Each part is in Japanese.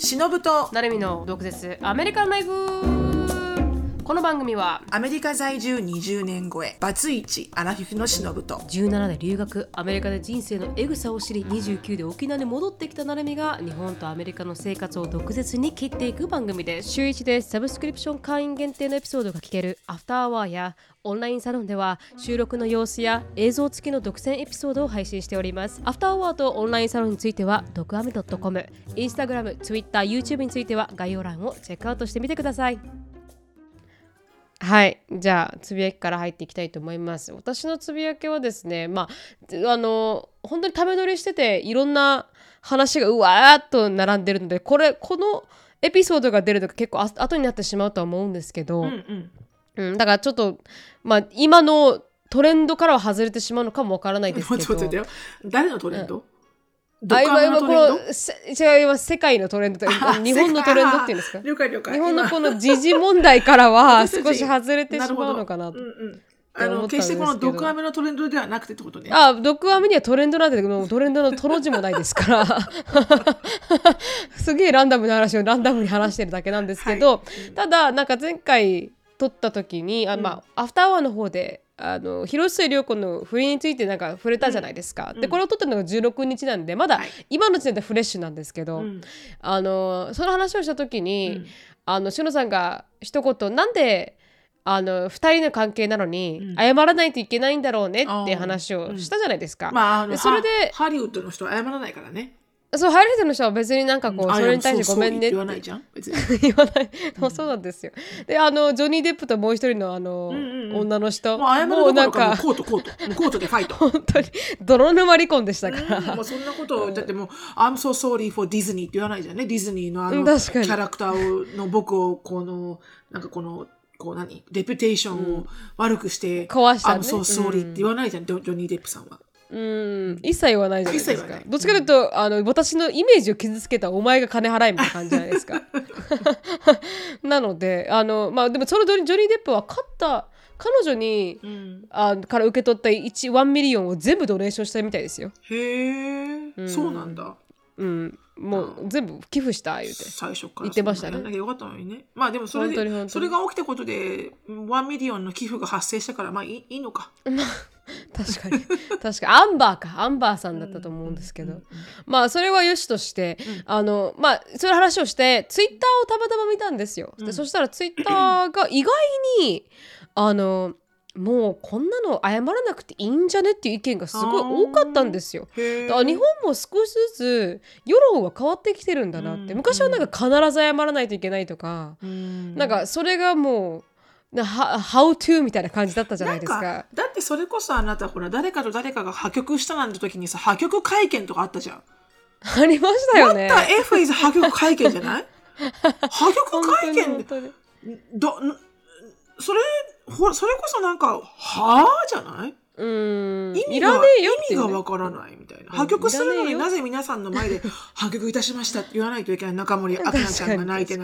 しのぶとなるみの毒舌アメリカンライフ。この番組はアメリカ在住20年超えバツイチアラフィフのしのぶと 17で留学、アメリカで人生のエグさを知り、29で沖縄に戻ってきたなるみが日本とアメリカの生活を毒舌に切っていく番組です。週1でサブスクリプション会員限定のエピソードが聞けるアフターアワーやオンラインサロンでは収録の様子や映像付きの独占エピソードを配信しております。アフターアワーとオンラインサロンについてはドクアメ .com、 インスタグラム、ツイッター、YouTube については概要欄をチェックアウトしてみてください。はい、じゃあつぶやきから入っていきたいと思います。私のつぶやきはですね、本当にため撮りしてていろんな話がうわーっと並んでるので、このエピソードが出ると結構後になってしまうとは思うんですけど、だからちょっと今のトレンドからは外れてしまうのかもわからないですけど、 誰のトレンド？ 今この違います。世界のトレンドと日本のトレンドっていうんですか？ 了解日本のこの時事問題からは少し外れてしまうのかなと。 決してこの毒アメのトレンドではなくてってことね。 毒アメにはトレンドなんてトレンドのトの字もないですからすげえランダムな話をランダムに話してるだけなんですけど、ただなんか前回撮った時にアフターアワーの方で広末涼子の不倫についてなんか触れたじゃないですか、でこれを撮ったのが16日なんでまだ今の時点でフレッシュなんですけど、その話をした時に、しのさんが一言なんで2人の関係なのに謝らないといけないんだろうねって話をしたじゃないですか、でそれでハリウッドの人は謝らないからね。 そう、ハリウッドの人は別になんかこう、それに対してごめんねって言わないじゃん別に言わない、そうなんですよ。でジョニー・デップともう一人の女の人もう謝るどころかもうコートでファイト本当に泥沼離婚でしたから、 もうそんなことだってもうI'm so sorry for Disney って言わないじゃんね。ディズニーのキャラクターの僕をなんかレピュテーションを悪くして壊したね。 I'm so sorry って言わないじゃん、ジョニー・デップさんは。 一切言わないじゃないですか。どっちかというと私のイメージを傷つけたお前が金払えみたいな感じじゃないですかなのででもそのジョニー・デップは勝った彼女に、から受け取った1ミリオンを全部ドネーションしたみたいですよ。 へえ、そうなんだ。 もう全部寄付した言うて最初から言ってましたね。 よかったのにね。でもそれが起きたことで1ミリオンの寄付が発生したからいいのか確かにアンバーさんだったと思うんですけど、それはよしとして、そういう話をしてツイッターをたまたま見たんですよ。でそしたらツイッターが意外にもうこんなの謝らなくていいんじゃねっていう意見がすごい多かったんですよ。だから日本も少しずつ世論は変わってきてるんだなって。昔はなんか必ず謝らないといけないとか、なんかそれがもうHow to みたいな感じだったじゃないですか。 だってそれこそあなたほら誰かと誰かが破局したなんて時にさ、破局会見とかあったじゃん。 ありましたよね。 What the F is 破局会見じゃない破局会見それこそなんかじゃない？ いらねえよって意味がわからないみたいな。破局するのになぜ皆さんの前で破局いたしましたって言わないといけない。中森明菜ちゃんが泣いて、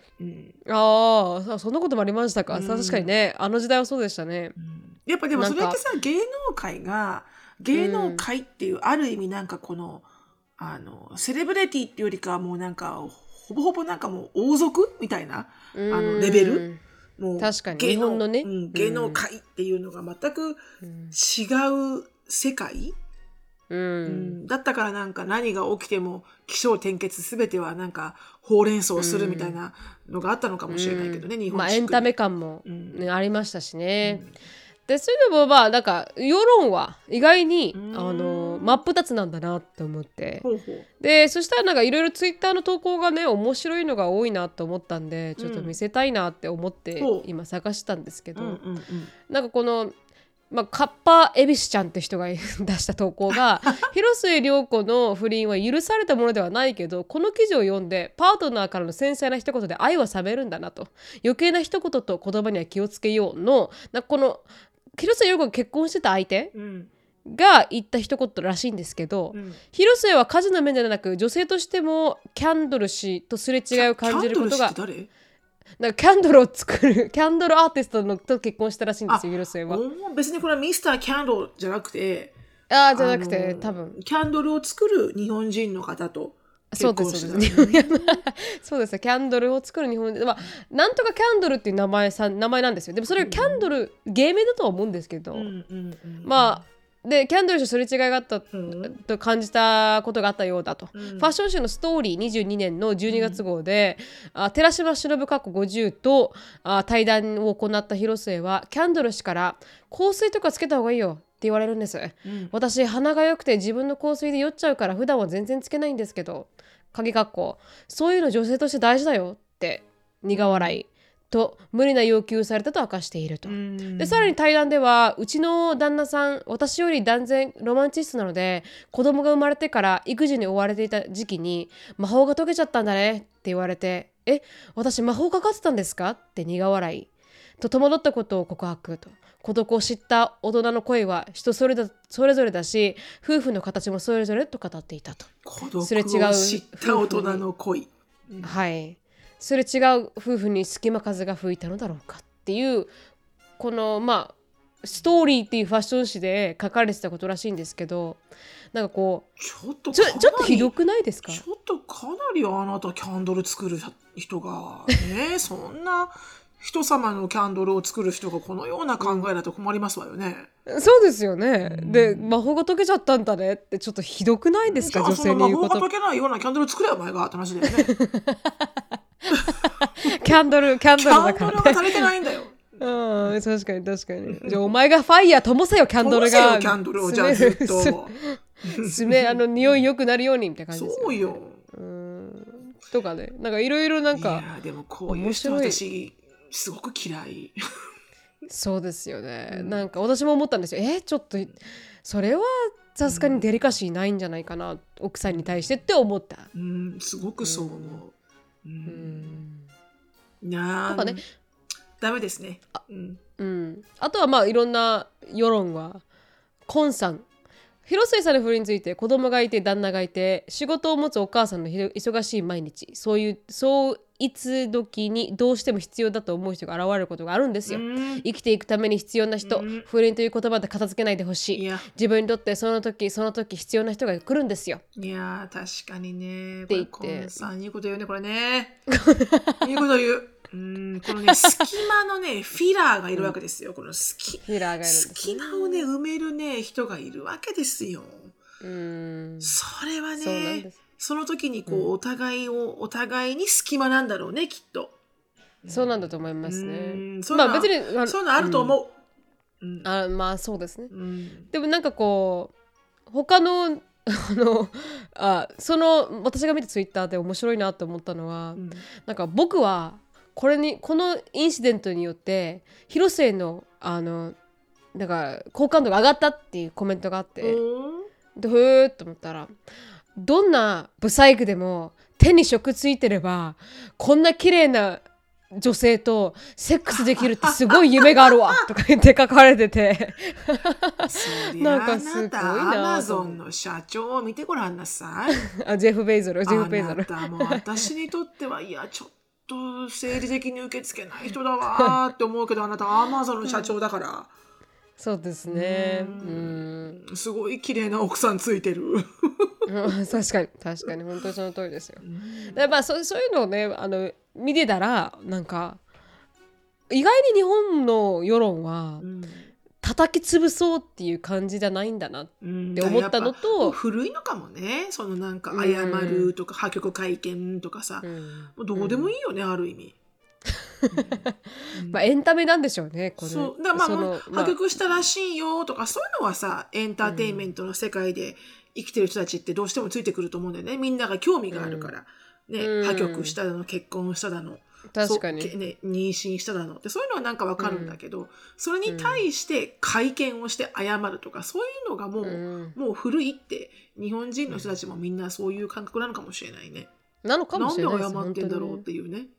そんなこともありましたか。確かにね、あの時代はそうでしたね。 やっぱでもそれってさ、芸能界っていうある意味なんかこのセレブリティっていうよりかはもうなんかほぼほぼなんかもう王族みたいなレベル。もう確かに日本のね、 芸能界っていうのが全く違う世界、だったからなんか何が起きても起承転結すべてはなんかほうれん草するみたいなのがあったのかもしれないけどね、日本エンタメ感も、ありましたしね、でそれでもなんか世論は意外に真っ二つなんだなって思って、でそしたらなんかいろいろツイッターの投稿がね面白いのが多いなと思ったんで、ちょっと見せたいなって思って今探したんですけど、なんかこのカッパエビスちゃんって人が出した投稿が広末涼子の不倫は許されたものではないけど、この記事を読んでパートナーからの繊細な一言で愛は冷めるんだなと、余計な一言と言葉には気をつけようのこの広末涼子が結婚してた相手が言った一言らしいんですけど、広末は家事の面ではなく女性としてもキャンドル氏とすれ違いを感じることが、なんかキャンドルを作るキャンドルアーティストのと結婚したらしいんですよ、広末は。 別にこれはミスターキャンドルじゃなくてじゃなくて多分キャンドルを作る日本人の方とそうですそうです。そうです。キャンドルを作る日本で、まあ、なんとかキャンドルっていう名前なんですよ。でもそれはキャンドル、芸名だとは思うんですけど、まあでキャンドルとすれ違いがあったと感じたことがあったようだと、ファッション誌のストーリー22年の12月号で、寺島しのぶ50と対談を行った広末は、キャンドル氏から香水とかつけた方がいいよって言われるんです、私鼻が良くて自分の香水で酔っちゃうから普段は全然つけないんですけど、鍵括弧そういうの女性として大事だよって苦笑いと無理な要求されたと明かしていると。でさらに対談では、うちの旦那さん私より断然ロマンチストなので、子供が生まれてから育児に追われていた時期に魔法が解けちゃったんだねって言われて、私魔法かかってたんですかって苦笑いと戸惑ったことを告白と。孤独を知った大人の恋は人それぞれだし、夫婦の形もそれぞれと語っていたと。 孤独を知った大人の恋、 はい、すれ違う夫婦に隙間風が吹いたのだろうかっていう、このストーリーっていうファッション誌で書かれてたことらしいんですけど、なんかこうちょっとひどくないですか？ ちょっとかなりあなたキャンドル作る人がねそんな人様のキャンドルを作る人がこのような考えだと困りますわよね。 そうですよね。で魔法が解けちゃったんだねってちょっとひどくないですか？女性に言うこと。 魔法が解けないようなキャンドル作れよお前がって話だよね。 キャンドルだからね。 キャンドルが足りてないんだよ。 うん、確かに。じゃあお前がファイヤー灯せよキャンドルが。 灯せよキャンドルをじゃあずっと。 匂い良くなるようにみたいな感じですよ、ね。 そうよ。 とかね、なんかいろいろなんか。 いやでもこういう人私すごく嫌い。 そうですよね。なんか私も思ったんですよ。ちょっとそれはさすがにデリカシーないんじゃないかな、奥さんに対してって思った。 すごくそう思う。なんかね、ダメですね。 あとはいろんな世論はコンさん、広末さんの不倫について、子供がいて旦那がいて仕事を持つお母さんの忙しい毎日、そういつ時にどうしても必要だと思う人が現れることがあるんですよ。生きていくために必要な人、不倫という言葉で片付けないでほしい。自分にとってその時必要な人が来るんですよ。 いや確かにね。 って言って、 コンさんいいこと言うねこれね。いいこと言う。このね隙間のねフィラーがいるわけですよ。この隙間をね埋めるね人がいるわけですよ。それはねその時にこう、お互いに隙間なんだろうねきっと。 そうなんだと思いますね。 別にそういうのあると思う。 そうですね。でもなんかこう他の私が見たツイッターで面白いなと思ったのは、なんか僕はこのインシデントによって広末のなんか好感度が上がったっていうコメントがあって、でふーっと思ったら、どんなブサイクでも手に職ついてればこんな綺麗な女性とセックスできるってすごい夢があるわとか言って書かれててなんかすごいな。アマゾンの社長を見てごらんなさい。 ジェフ・ベイゾル。 あなたも私にとってはいやちょっと生理的に受け付けない人だわって思うけど、あなたアマゾンの社長だから。 そうですね。 すごい綺麗な奥さんついてる。 確かに本当にその通りですよ。でそういうのをね見てたら、なんか意外に日本の世論は、叩き潰そうっていう感じじゃないんだなって思ったのと、 古いのかもね。そのなんか謝るとか破局会見とかさ、もうどうでもいいよね、ある意味。 エンタメなんでしょうね。 そうだ破局したらしいよとか、そういうのはさエンターテインメントの世界で生きてる人たちってどうしてもついてくると思うんだよね。みんなが興味があるから、破局しただの結婚しただの確かに、 妊娠しただのってそういうのはなんかわかるんだけど、それに対して会見をして謝るとか、そういうのがもう古いって日本人の人たちもみんなそういう感覚なのかもしれないね。 なのかもしれないです。 なんで謝ってんだろうっていうね。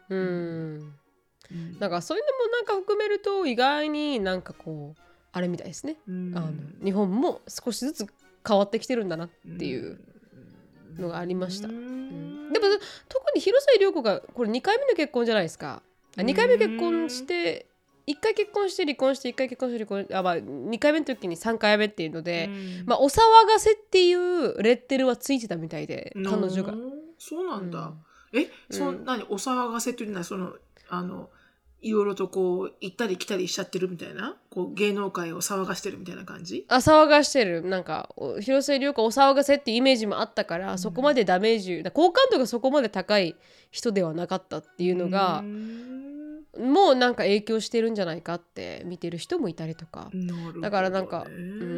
なんかそういうのもなんか含めると意外になんかこうあれみたいですね。日本も少しずつ変わってきてるんだなっていうのがありました。でも特に広末涼子がこれ2回目の結婚じゃないですか。2回目結婚して 1回結婚して離婚して1回結婚して離婚2回目の時に3回目っていうので、お騒がせっていうレッテルはついてたみたいで、彼女が。 そうなんだ。何お騒がせっていうのはいろいろとこう行ったり来たりしちゃってるみたいな、こう芸能界を騒がしてるみたいな感じ？ 騒がしてる。なんか広末涼子お騒がせっていうイメージもあったから、そこまでダメージ好感度がそこまで高い人ではなかったっていうのがもうなんか影響してるんじゃないかって見てる人もいたりとか。だからなんか、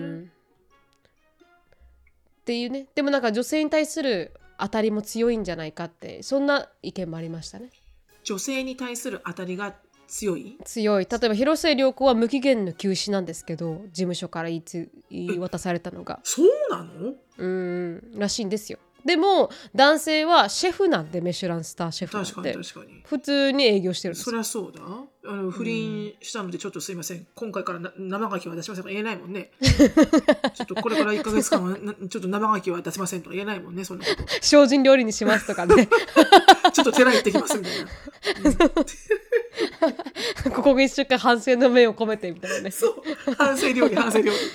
っていうね。でもなんか女性に対する当たりも強いんじゃないかって、そんな意見もありましたね。 女性に対する当たりが強い。例えば広末涼子は無期限の休止なんですけど、事務所から言い渡されたのが。 そうなの？ らしいんですよ。でも男性はシェフなんで、メシュランスターシェフなんで、 確かに普通に営業してるんですよ。 そりゃそうだ。不倫したのでちょっとすいません、今回から生牡蠣は出しませんとか言えないもんね。ちょっとこれから1ヶ月間はちょっと生牡蠣は出せませんとか言えないもんね、そんなこと。 精進料理にしますとかね。 ちょっと寺行ってきますみたいな。 ここ1週間反省の目を込めてみたいなね。 そう反省料理だ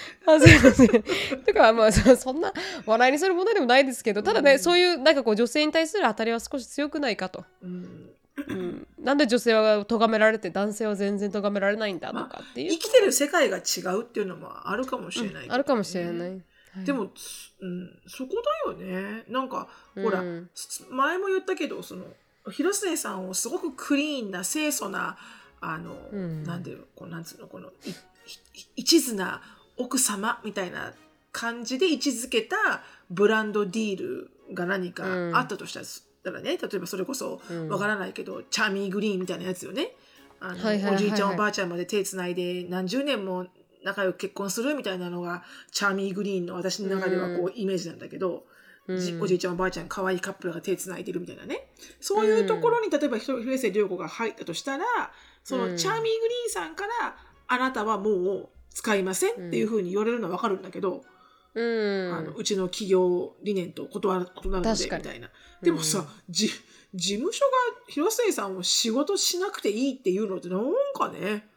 からまあそんな笑いにする問題でもないですけど、ただね、そういうなんかこう女性に対する当たりは少し強くないかと。なんで女性は咎められて男性は全然咎められないんだとかっていう、 生きてる世界が違うっていうのもあるかもしれないけどね、 あるかもしれない。 でも、そこだよね。なんか、ほら前も言ったけど、広末さんをすごくクリーンな清楚ななんていうの、なんつうの、この一途な奥様みたいな感じで位置づけたブランドディールが何かあったとしたらね、例えばそれこそわからないけど、チャーミーグリーンみたいなやつよね。おじいちゃんおばあちゃんまで手つないで何十年も仲良く結婚するみたいなのがチャーミーグリーンの私の中ではこうイメージなんだけど、おじいちゃんおばあちゃん可愛いカップルが手つないでるみたいなね、そういうところに例えば広末涼子が入ったとしたら、そのチャーミーグリーンさんからあなたはもう使いませんっていうふうに言われるのは分かるんだけど、うちの企業理念と異なるのでみたいな。でもさ、事務所が広末さんを仕事しなくていいっていうのってなんかね、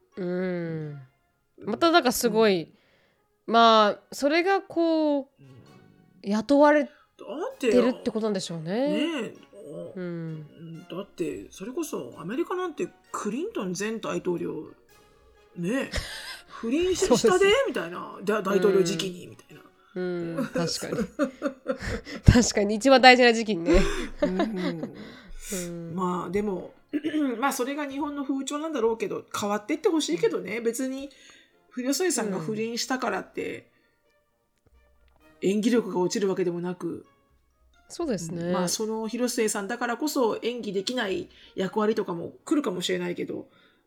またなんかすごい、まあそれがこう雇われてるってことなんでしょうね。 だってそれこそアメリカなんてクリントン前大統領ね不倫したでみたいな、大統領時期にみたいな。 確かに一番大事な時期にね。 まあでもまあそれが日本の風潮なんだろうけど、変わっていってほしいけどね。別に広末さんが不倫したからって演技力が落ちるわけでもなく、 そうですね。 まあその広末さんだからこそ演技できない役割とかも来るかもしれないけど、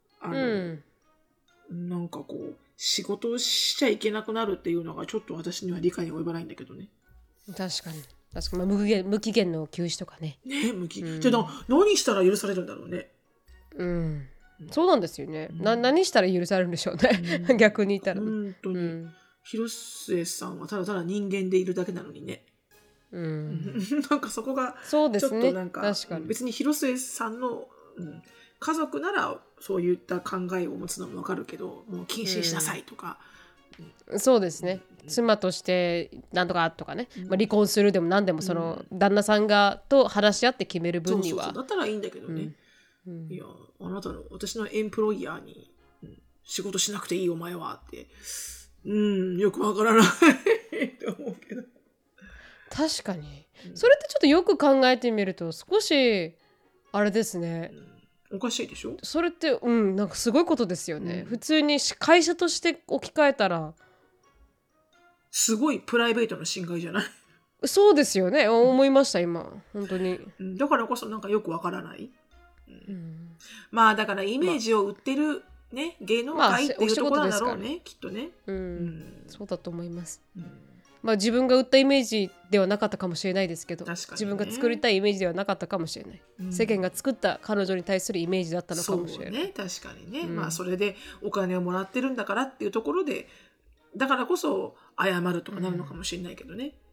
なんかこう仕事をしちゃいけなくなるっていうのがちょっと私には理解に及ばないんだけどね。 確かに、まあ、無期限の休止とかね。 じゃあ何したら許されるんだろうね。 そうなんですよね。何したら許されるんでしょうね。逆に言ったら、 本当に、広末さんはただただ人間でいるだけなのにね。なんかそこがちょっとなんか、別に広末さんの、家族ならそういった考えを持つのも分かるけど、もう謹慎しなさいとか、 そうですね、妻としてなんとかとかね、離婚するでも何でもその旦那さんがと話し合って決める分には、 そうだったらいいんだけどね、いや私のエンプロイヤーに、仕事しなくていいお前はってよくわからないって思うけど、 確かに、それってちょっとよく考えてみると少しあれですね、 おかしいでしょ。 それってなんかすごいことですよね、普通に会社として置き換えたらすごいプライベートの侵害じゃない。 そうですよね、思いました今本当に。 だからこそなんかよくわからない、まあだからイメージを売ってるね、芸能界っていうところなんだろうね、きっとね。そうだと思います。まあ自分が売ったイメージではなかったかもしれないですけど、自分が作りたいイメージではなかったかもしれない、世間が作った彼女に対するイメージだったのかもしれない。 そうね、確かにね、まあそれでお金をもらってるんだからっていうところで、だからこそ謝るとかなるのかもしれないけどね。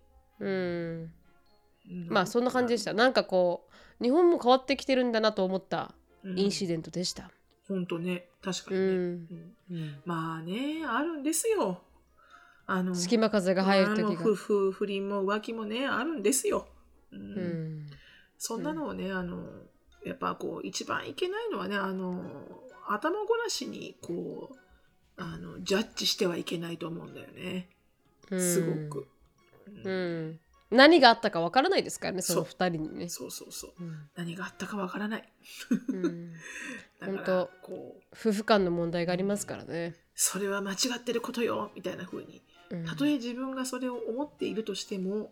まあそんな感じでした。なんかこう日本も変わってきてるんだなと思ったインシデントでした。 本当ね、確かにね。まあね、あるんですよ。 隙間風が入る時が。 不倫も浮気もね、あるんですよ。そんなのをね、やっぱこう、一番いけないのはね、頭ごなしに、こう、ジャッジしてはいけないと思うんだよね。すごく。 何があったかわからないですからね、その二人にね。 そう。何があったかわからない。 本当、夫婦間の問題がありますからね。 それは間違ってることよ、みたいな風に。たとえ自分がそれを思っているとしても、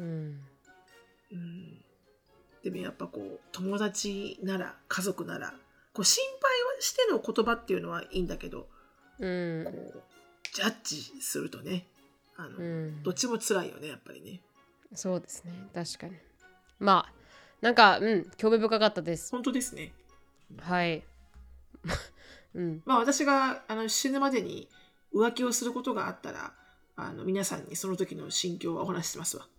でもやっぱこう、友達なら、家族なら、こう心配をしての言葉っていうのはいいんだけど、こうジャッジするとね、どっちも辛いよね、やっぱりね。 そうですね、確かに。まあなんか興味深かったです。 本当ですね。 はい。 まあ私が死ぬまでに浮気をすることがあったら、皆さんにその時の心境はお話ししますわ。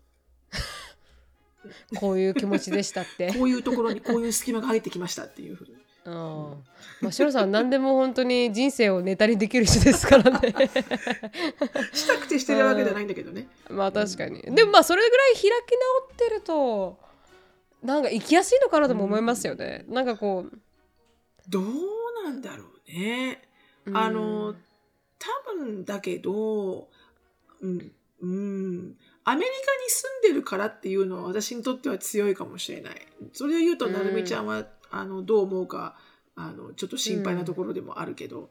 こういう気持ちでしたって。 こういうところにこういう隙間が入ってきましたっていうふうに。 まあ、シロさん何でも本当に人生をネタにできる人ですからね。 したくてしてるわけじゃないんだけどね。 まあ確かに。でもまあそれぐらい開き直ってるとなんか生きやすいのかなとも思いますよね。なんかこうどうなんだろうね。多分だけど、アメリカに住んでるからっていうのは私にとっては強いかもしれない。それを言うとなるみちゃんはどう思うかちょっと心配なところでもあるけど、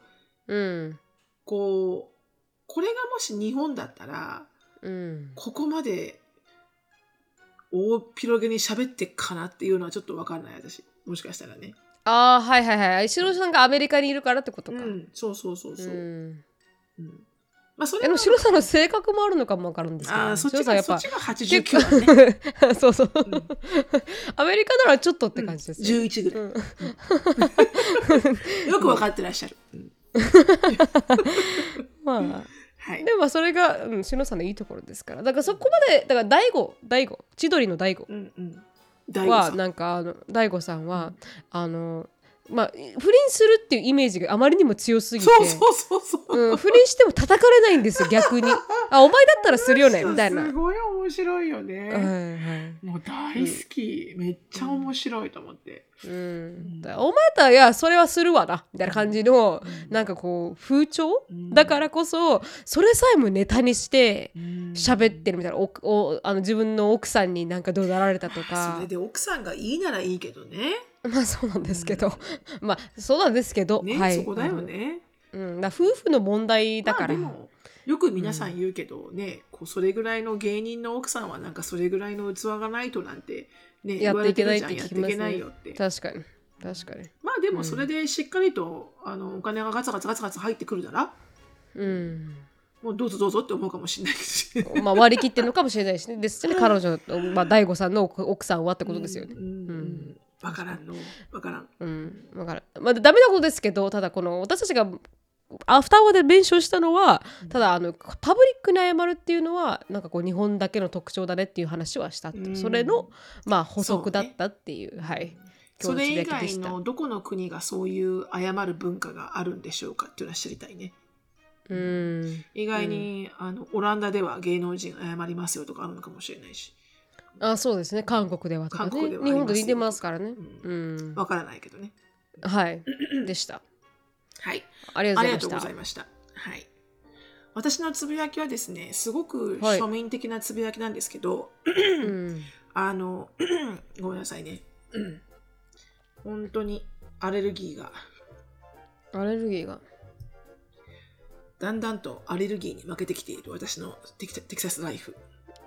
これがもし日本だったら、ここまで大広げに喋ってっかなっていうのはちょっと分かんない、私。もしかしたらね。 はい。シロさんがアメリカにいるからってことか。 そう。まあ、それはでもシロさんの性格もあるのかも分かるんですけど、 そっちが89だね。 そう、アメリカならちょっとって感じですね。 11ぐらい、よく分かってらっしゃる。 まあ、でもそれがシロさんのいいところですから。だからそこまでだから大悟千鳥の大悟はなんか大悟さんはまあ、不倫するっていうイメージがあまりにも強すぎて、不倫しても叩かれないんですよ、逆に。お前だったらするよねみたいな。 すごい面白いよね。もう大好き、めっちゃ面白いと思って。 お前だったらいやそれはするわなみたいな感じの、なんかこう風潮、だからこそそれさえもネタにして喋ってるみたいな。自分の奥さんになんか怒鳴られたとか。 それで奥さんがいいならいいけどね。 まあそうなんですけど、まあそうなんですけど、はい、 そこだよね。 だ夫婦の問題だから。 でもよく皆さん言うけどね、それぐらいの芸人の奥さんはなんかそれぐらいの器がないとなんてね、 やっていけないって聞きますね。やっていけないよって。 確かに。 まあでもそれでしっかりとお金がガツガツ入ってくるなら、もうどうぞって思うかもしれないけど、 まあ割り切ってるのかもしれないしね。ですね、彼女、まあ大悟さんの奥さんはってことですよね。 分からん。 分からん。まあダメなことですけど、ただこの私たちがアフターワーで弁償したのは、ただパブリックに謝るっていうのはなんかこう日本だけの特徴だねっていう話はしたって、それのまあ補足だったっていう、はい。 それ以外のどこの国がそういう謝る文化があるんでしょうかっていうのは知りたいね。意外にオランダでは芸能人謝りますよとかあるのかもしれないし。 そうですね、韓国ではとかね、日本と似てますからね。 わからないけどね。 はいでした。 はい、 ありがとうございました。はい、私のつぶやきはですね、すごく庶民的なつぶやきなんですけど、ごめんなさいね。本当にアレルギーがだんだんとアレルギーに負けてきている私のテキサスライフ。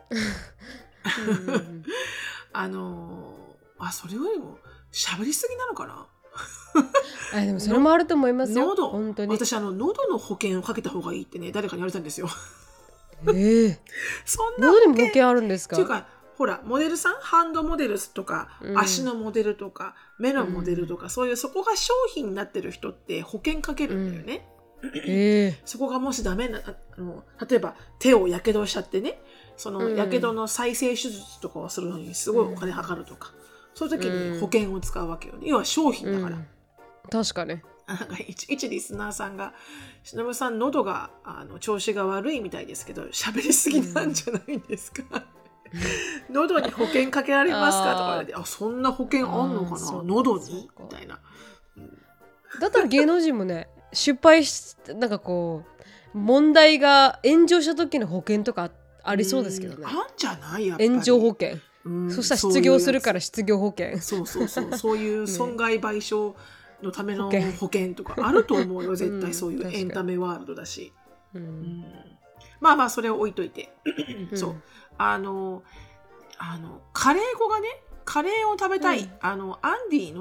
それよりも喋りすぎなのかな。 でもそれもあると思いますよ。 本当に私喉の保険をかけた方がいいってね、誰かに言われたんですよ。そんな喉にも保険あるんですか。 っていうかほらモデルさん、ハンドモデルとか、足のモデルとか目のモデルとか、そういうそこが商品になってる人って保険かけるんだよね。そこがもしダメな例えば手をやけどしちゃってね、そのやけどの再生手術とかをするのにすごいお金かかるとか、そういう時に保険を使うわけよね。要は商品だから。 確かに。 なんか一リスナーさんがしのぶさん喉が調子が悪いみたいですけど喋りすぎなんじゃないんですか、喉に保険かけられますかとか言われて、そんな保険あんのかな喉にみたいな、 だったら芸能人もね失敗しなんかこう問題が炎上した時の保険とかありそうですけどね。 あんじゃないやっぱり炎上保険、そしたら失業するから失業保険、 そういう損害賠償のための保険とかあると思うよ絶対。そういうエンタメワールドだし、まあまあそれを置いといてそうカレー粉がねカレーを食べたい、アンディ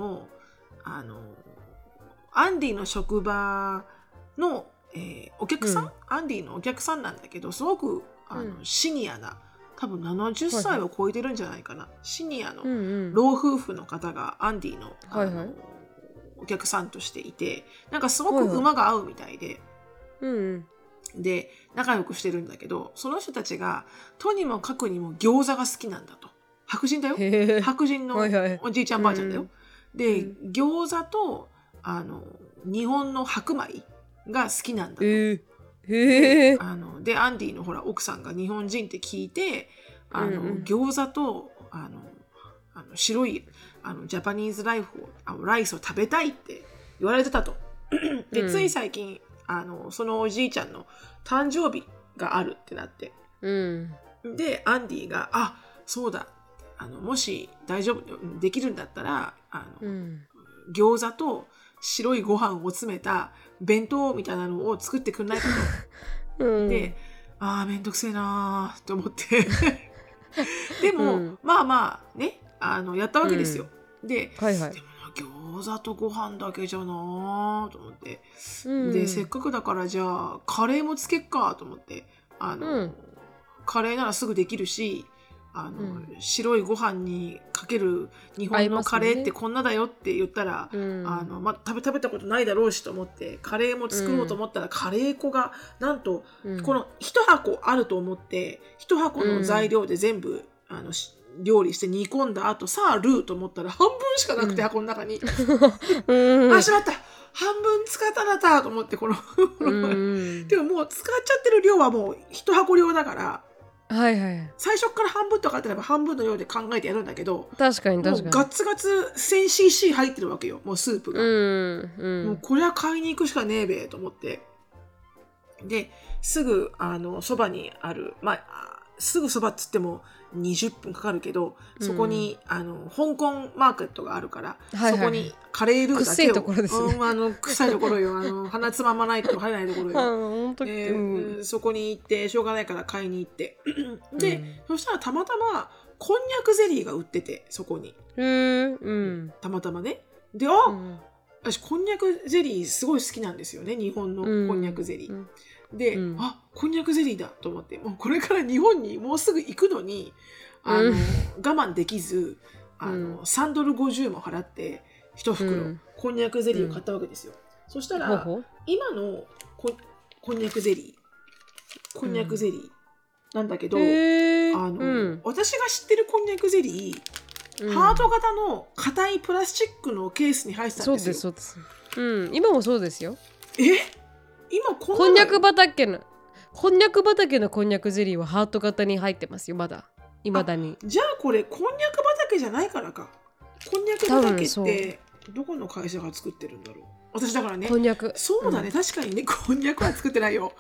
の職場の、お客さん、アンディのお客さんなんだけどすごくシニアな多分70歳を超えてるんじゃないかな、シニアの老夫婦の方がアンディの、お客さんとしていてなんかすごく馬が合うみたいで、で仲良くしてるんだけどその人たちがとにもかくにも餃子が好きなんだと。白人だよ白人のおじいちゃんばあちゃんだよ、で餃子と日本の白米が好きなんだと、でアンディのほら奥さんが日本人って聞いて餃子と白いジャパニーズライスを食べたいって言われてたとでつい最近そのおじいちゃんの誕生日があるってなって、でアンディがそうだもし大丈夫できるんだったら餃子と白いご飯を詰めた弁当みたいなのを作ってくんないかと、でめんどくせえなと思ってでも、まあまあねやったわけですよ、で、でも餃子とご飯だけじゃなと思って、でせっかくだからじゃあカレーもつけっかと思ってカレーならすぐできるし白いご飯にかける日本のカレーってこんなだよって言ったら、食べたことないだろうしと思ってカレーも作ろうと思ったら、カレー粉がなんと、この1箱あると思って1箱の材料で全部、料理して煮込んだ後さあルーと思ったら半分しかなくて、箱の中にしまった半分使ったなたと思ってでももう使っちゃってる量はもう1箱量だから最初から半分とかあったら半分の量で考えてやるんだけど、 確かにもうガツガツ 1000cc 入ってるわけよもうスープが、もうこれは買いに行くしかねえべと思って、ですぐそばにあるすぐそばっつっても20分かかるけど、そこに香港マーケットがあるから、そこにカレールーだけを臭いところよ鼻つままないと入らないところよ、そこに行ってしょうがないから買いに行ってで、そしたらたまたまこんにゃくゼリーが売っててそこに、たまたまねで私こんにゃくゼリーすごい好きなんですよね、日本のこんにゃくゼリー、で、こんにゃくゼリーだと思って、もうこれから日本にもうすぐ行くのに我慢できず$3.50も払って1袋、こんにゃくゼリーを買ったわけですよ、そしたら今のこんにゃくゼリーなんだけど、私が知ってるこんにゃくゼリー、ハート型の硬いプラスチックのケースに入ってたんですよ。 そうです、今もそうですよ。 今こんにゃく畑のこんにゃくゼリーはハート型に入ってますよ、まだ未だに。 じゃあこれこんにゃく畑じゃないからか。こんにゃく畑ってどこの会社が作ってるんだろう。私だからね、 こんにゃくそうだね、確かにね、こんにゃくは作ってないよ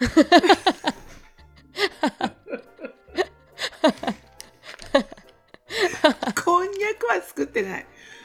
こんにゃくは作ってない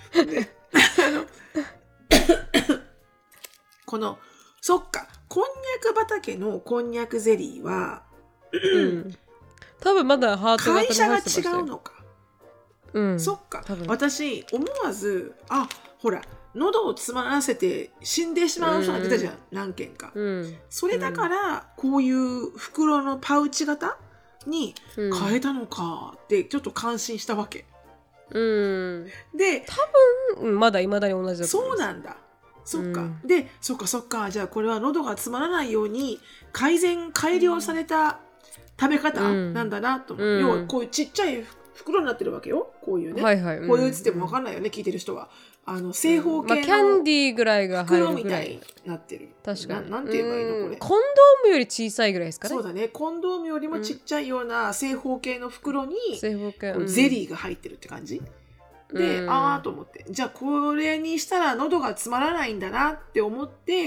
このそっか、こんにゃく畑のこんにゃくゼリーは、 多分まだハート型に入ってましたよ。 会社が違うのか。そっか、私思わずほら喉を詰まらせて死んでしまう人が出たじゃん、何件か、それだからこういう袋のパウチ型に変えたのかってちょっと感心したわけ、で多分まだ未だに同じだと思います。 そうなんだ、そっか、でそっか、じゃあこれは喉が詰まらないように改良された食べ方なんだなと思う、要はこういうちっちゃい袋になってるわけよ。こういうね。 はいはい。 こういうつっても分かんないよね、聞いてる人は。正方形のキャンディーぐらいが入るぐらい。 袋みたいになってる。 確かに。 なんて言えばいいのこれ。 コンドームより小さいぐらいですかね。 そうだね。コンドームよりもちっちゃいような正方形の袋に、 正方形、 ゼリーが入ってるって感じ。で、あーと思って。じゃあこれにしたら喉が詰まらないんだなって思って、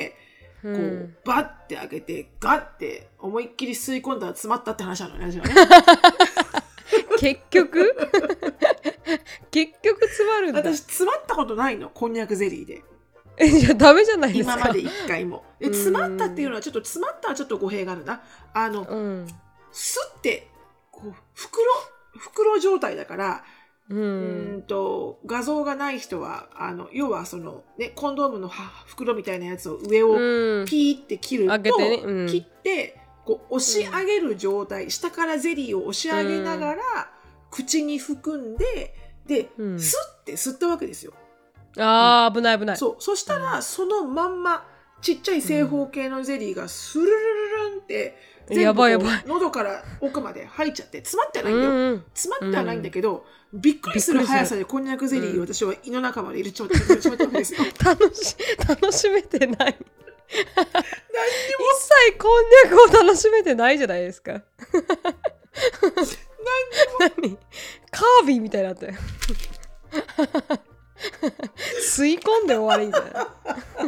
こうバッて開けてガッて思いっきり吸い込んだら詰まったって話なのね。 結局詰まるんだ。 私詰まったことないの、こんにゃくゼリーで。 じゃダメじゃないですか。 今まで一回も。で詰まったっていうのはちょっと詰まったはちょっと語弊があるな。吸ってこう袋状態だから。画像がない人は要はそのねコンドームの袋みたいなやつを上をピーって切ると、切ってこう押し上げる状態、下からゼリーを押し上げながら口に含んでスッて吸ったわけですよ。 あー、危ない危ない。 そしたらそのまんまちっちゃい正方形のゼリーがスルルルルンって全部喉から奥まで入っちゃって詰まってはないんだよ。詰まってはないんだけど、びっくりする速さでこんにゃくゼリーを私は胃の中まで入れちまったわけですよ。 楽しめてない。一切こんにゃくを楽しめてないじゃないですか。何カービィみたいになったよ。吸い込んで終わりみたいな。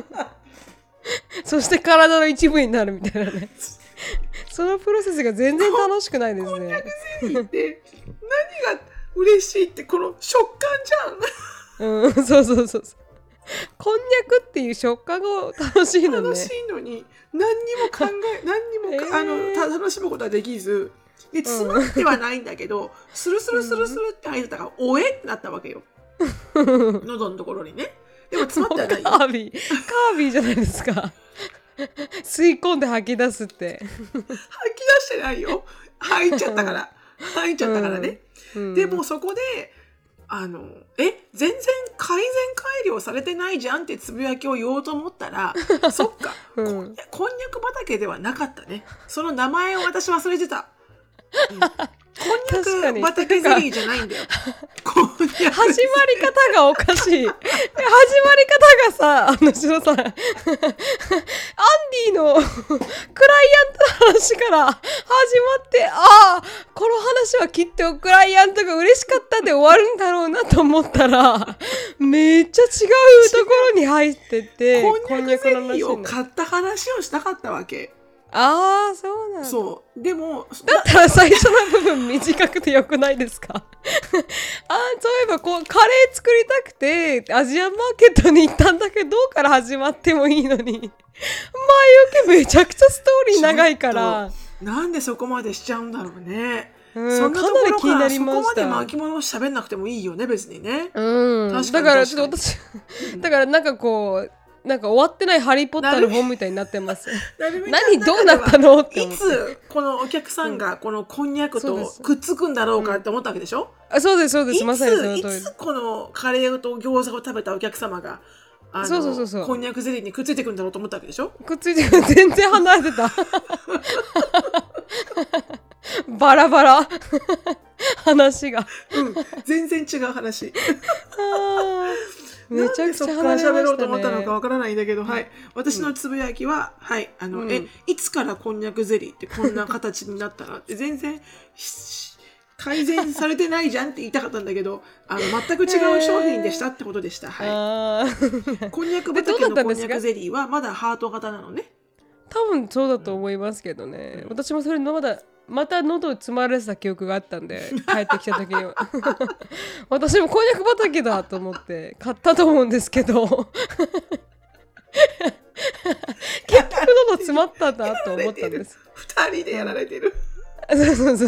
そして体の一部になるみたいなね。そのプロセスが全然楽しくないですね。 こんにゃくゼリーって何が嬉しいってこの食感じゃん。 そう。こんにゃくっていう食感が楽しいのね。 楽しいのに何にも楽しむことはできず、で詰まってはないんだけど、スルスルって入ってたからおえってなったわけよ。喉のところにね。でも詰まってはないよ。 カービィじゃないですか。吸い込んで吐き出すって。 吐き出してないよ。入っちゃったからね。でもそこで全然改善改良されてないじゃんってつぶやきを言おうと思ったらそっか、こんにゃく畑ではなかったね。その名前を私忘れてた。こんにゃく畑ゼリーじゃないんだよ。 始まり方がおかしい。始まり方がさ、白さん、アンディのクライアントの話から始まって、この話はきっとクライアントが嬉しかったで終わるんだろうなと思ったら、めっちゃ違うところに入ってて、 こんにゃくゼリーを買った話をしたかったわけ。 そうなんだ。 そうでもだったら最初の部分短くてよくないですか？そういえばカレー作りたくてアジアンマーケットに行ったんだけどから始まってもいいのに、前置きめちゃくちゃストーリー長いからなんでそこまでしちゃうんだろうね。 そんなところからそこまで巻き物を喋んなくてもいいよね、別にね。 だからちょっと私だからなんか終わってないハリーポッターの本みたいになってます。何どうなったのって思って。 いつこのお客さんがこのこんにゃくとくっつくんだろうかって思ったわけでしょ。 そうですまさにその通り。 いつこのカレーと餃子を食べたお客様がそうこんにゃくゼリーにくっついてくるんだろうと思ったわけでしょ。 くっついてくる、全然離れてた。バラバラ話が、 全然違う話。 めちゃくちゃ離れましたね。 喋ろうと思ったのかわからないんだけど、私のつぶやきは、いつからこんにゃくゼリーってこんな形になったらって全然改善されてないじゃんって言いたかったんだけど、全く違う商品でしたってことでした。こんにゃく畑のこんにゃくゼリーはまだハート型なのね。 多分そうだと思いますけどね。私もそれまた喉を詰まらせた記憶があったんで、帰ってきた時には私もこんにゃく畑だと思って買ったと思うんですけど結局喉詰まったんだと思ったんです。 2人でやられてる。 そう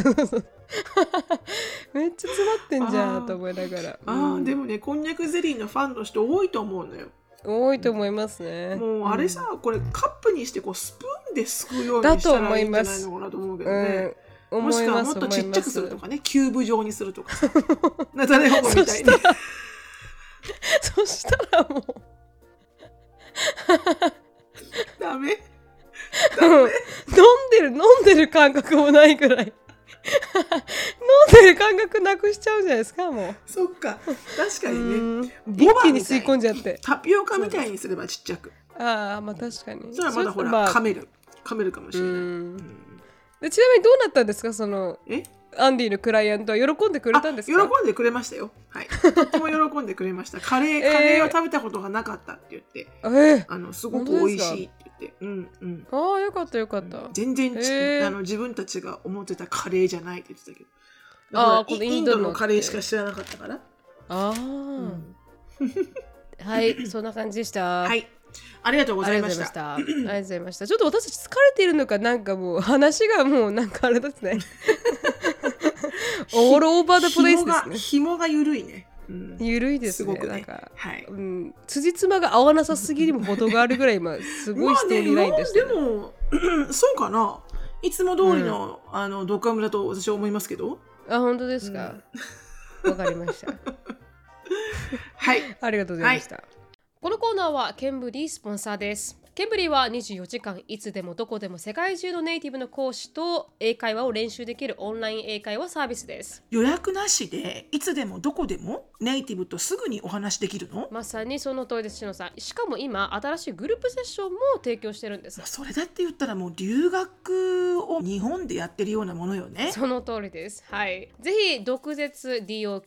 めっちゃ詰まってんじゃんと思いながら。 でもね、こんにゃくゼリーのファンの人多いと思うのよ。 多いと思いますね。 もうあれさ、これカップにしてスプーンですくうようにしたらいいんじゃないのかなと思うけどね。もしくはもっとちっちゃくするとかね、キューブ状にするとかさ、ナタデホコみたいに。 そしたらもうダメ飲んでる感覚もないぐらい飲んでる感覚なくしちゃうんじゃないですか、もう。 そっか、確かにね。 一気に吸い込んじゃって。 タピオカみたいにすればちっちゃく。 ああ、まあ確かに。 それはまだほら、噛めるかもしれない。 でちなみにどうなったんですか、そのアンディのクライアントは喜んでくれたんですか？ 喜んでくれましたよ。はい。とっても喜んでくれました。カレーを食べたことがなかったって言って、すごく美味しいって言って。 ああ、よかったよかった。 全然自分たちが思ってたカレーじゃないって言ってたけど。このインドのカレーしか知らなかったから。 はい、そんな感じでした。 はい。ありがとうございました。 ありがとうございました。ちょっと私たち疲れているのか、なんかもう話がもうなんかあれですね。オールオーバーザプレイスですね。 紐が緩いね。 緩いですね。 すごくね。 なんか、辻褄が合わなさすぎにも程があるぐらい今すごいストーリーラインでしたね。 でもそうかな。いつも通りのドカムだと私は思いますけど。 あ、本当ですか。わかりました。 はい。 ありがとうございました。このコーナーはケンブリースポンサーです。ケンブリーは24時間いつでもどこでも世界中のネイティブの講師と英会話を練習できるオンライン英会話サービスです。 予約なしでいつでもどこでもネイティブとすぐにお話できるの？ まさにその通りです、しのさん。しかも今新しいグループセッションも提供してるんです。 それだって言ったらもう留学を日本でやってるようなものよね。 その通りです。はい。ぜひ毒舌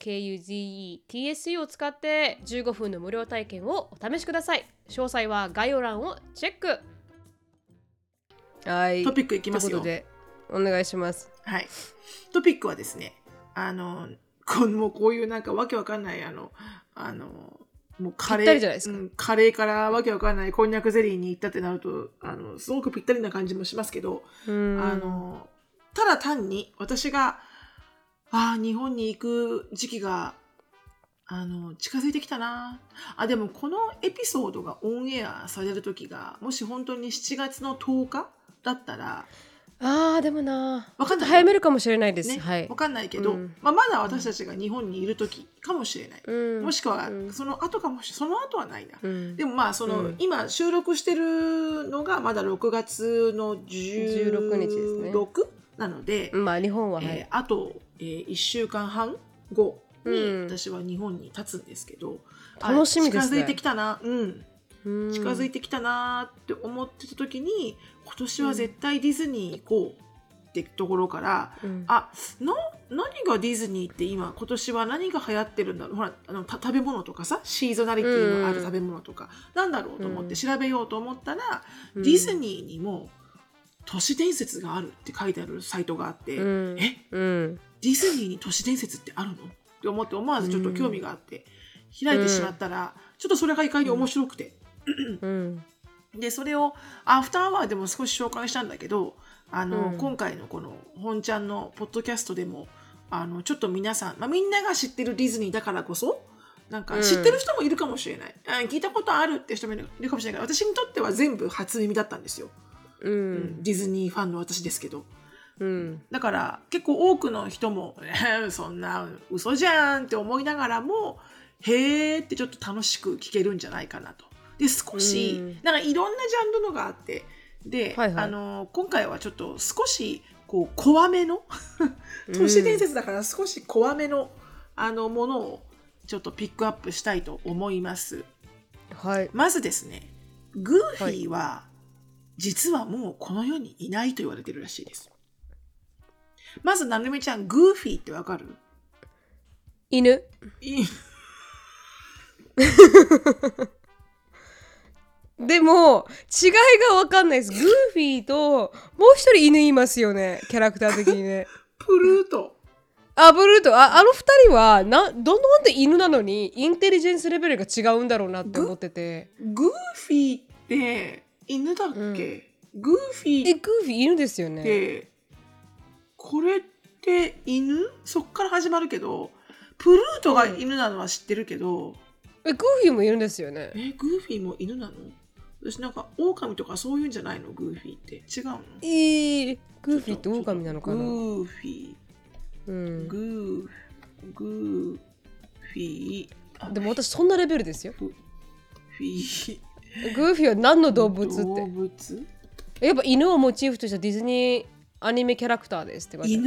DOKUZETSU を使って15分の無料体験をお試しください。詳細は概要欄をチェック。はい。 トピックいきますよ。 ということでお願いします。 はい。トピックはですね、もうこういうなんかわけわかんないもうカレー、カレーからわけわかんないこんにゃくゼリーに行ったってなるとすごくぴったりな感じもしますけど、ただ単に私が日本に行く時期が近づいてきたな。でもこのエピソードがオンエアされる時がもし本当に7月の10日だったらでもな分かんない、 早めるかもしれないです、 ね、 はい、 分かんないけど、まだ私たちが日本にいる時かもしれない、もしくはその後かもしれない。その後はないな、でも今収録してるのがまだ6月の16日ですねなので、 日本は、 あと、1週間半後に私は日本に立つんですけど、 楽しみですね。 近づいてきたな、近づいてきたなって思ってた時に今年は絶対ディズニー行こうってところから、何がディズニーって今年は何が流行ってるんだろう、ほら食べ物とかさ、シーゾナリティのある食べ物とか、なんだろうと思って調べようと思ったら、ディズニーにも都市伝説があるって書いてあるサイトがあって、ディズニーに都市伝説ってあるのって思って思わずちょっと興味があって開いてしまったら、ちょっとそれがいかに面白くて、でそれをアフターアワーでも少し紹介したんだけど、今回のこの本ちゃんのポッドキャストでもちょっと皆さん、みんなが知ってるディズニーだからこそなんか知ってる人もいるかもしれない、聞いたことあるって人もいるかもしれないけど、私にとっては全部初耳だったんですよ、ディズニーファンの私ですけど、だから結構多くの人もそんな嘘じゃんって思いながらもへーってちょっと楽しく聞けるんじゃないかなと。で少しなんかいろんなジャンルのがあって、で、今回はちょっと少しこう怖めの都市伝説だから少し怖めのものをちょっとピックアップしたいと思います。まずですね、グーフィーは実はもうこの世にいないと言われてるらしいです。まずなるみちゃん、グーフィーってわかる？ 犬でも違いが分かんないです。グーフィーともう一人犬いますよね、キャラクター的にね。 プルート。 ブルート。あの二人はどんで犬なのにインテリジェンスレベルが違うんだろうなって思ってて。 グーフィーって犬だっけ？グーフィーグーフィー犬ですよね。 これって犬？そっから始まるけど、プルートが犬なのは知ってるけど、 グーフィーも犬ですよね。 グーフィーも犬なの？私なんか狼とかそういうんじゃないの？グーフィーって違うの？ グーフィーって狼なのかな？ グーフィー、グーフィー。 でも私そんなレベルですよ。 フィー。 グーフィーは何の動物って？ 動物？ やっぱ犬をモチーフとしたディズニーアニメキャラクターですって書いてあるんですよ。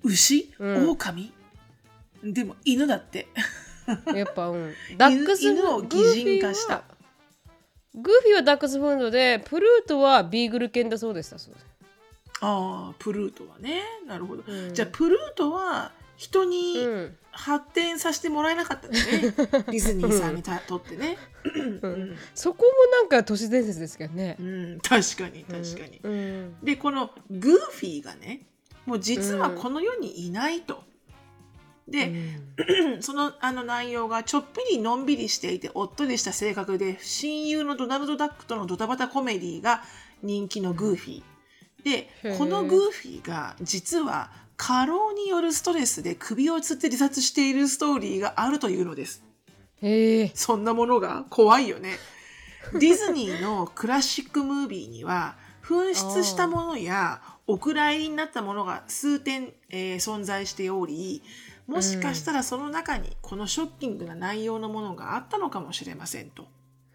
牛、狼でも犬だってやっぱ、ダックス犬を擬人化した。 グーフィーはダックスフンドで、プルートはビーグル犬だそうです。 ああ、プルートはね。なるほど。じゃあプルートは人に発展させてもらえなかったんだね。ディズニーさんにとってね。 そこもなんか都市伝説ですけどね。 確かに確かに。で、このグーフィーがね、もう実はこの世にいないと。で、その内容がちょっぴりのんびりしていておっとりした性格で親友のドナルド・ダックとのドタバタコメディが人気のグーフィーで、このグーフィーが実は過労によるストレスで首をつって自殺しているストーリーがあるというのです。そんなものが怖いよね。ディズニーのクラシックムービーには紛失したものやお蔵入りになったものが数点、存在しており、もしかしたらその中にこのショッキングな内容のものがあったのかもしれませんと。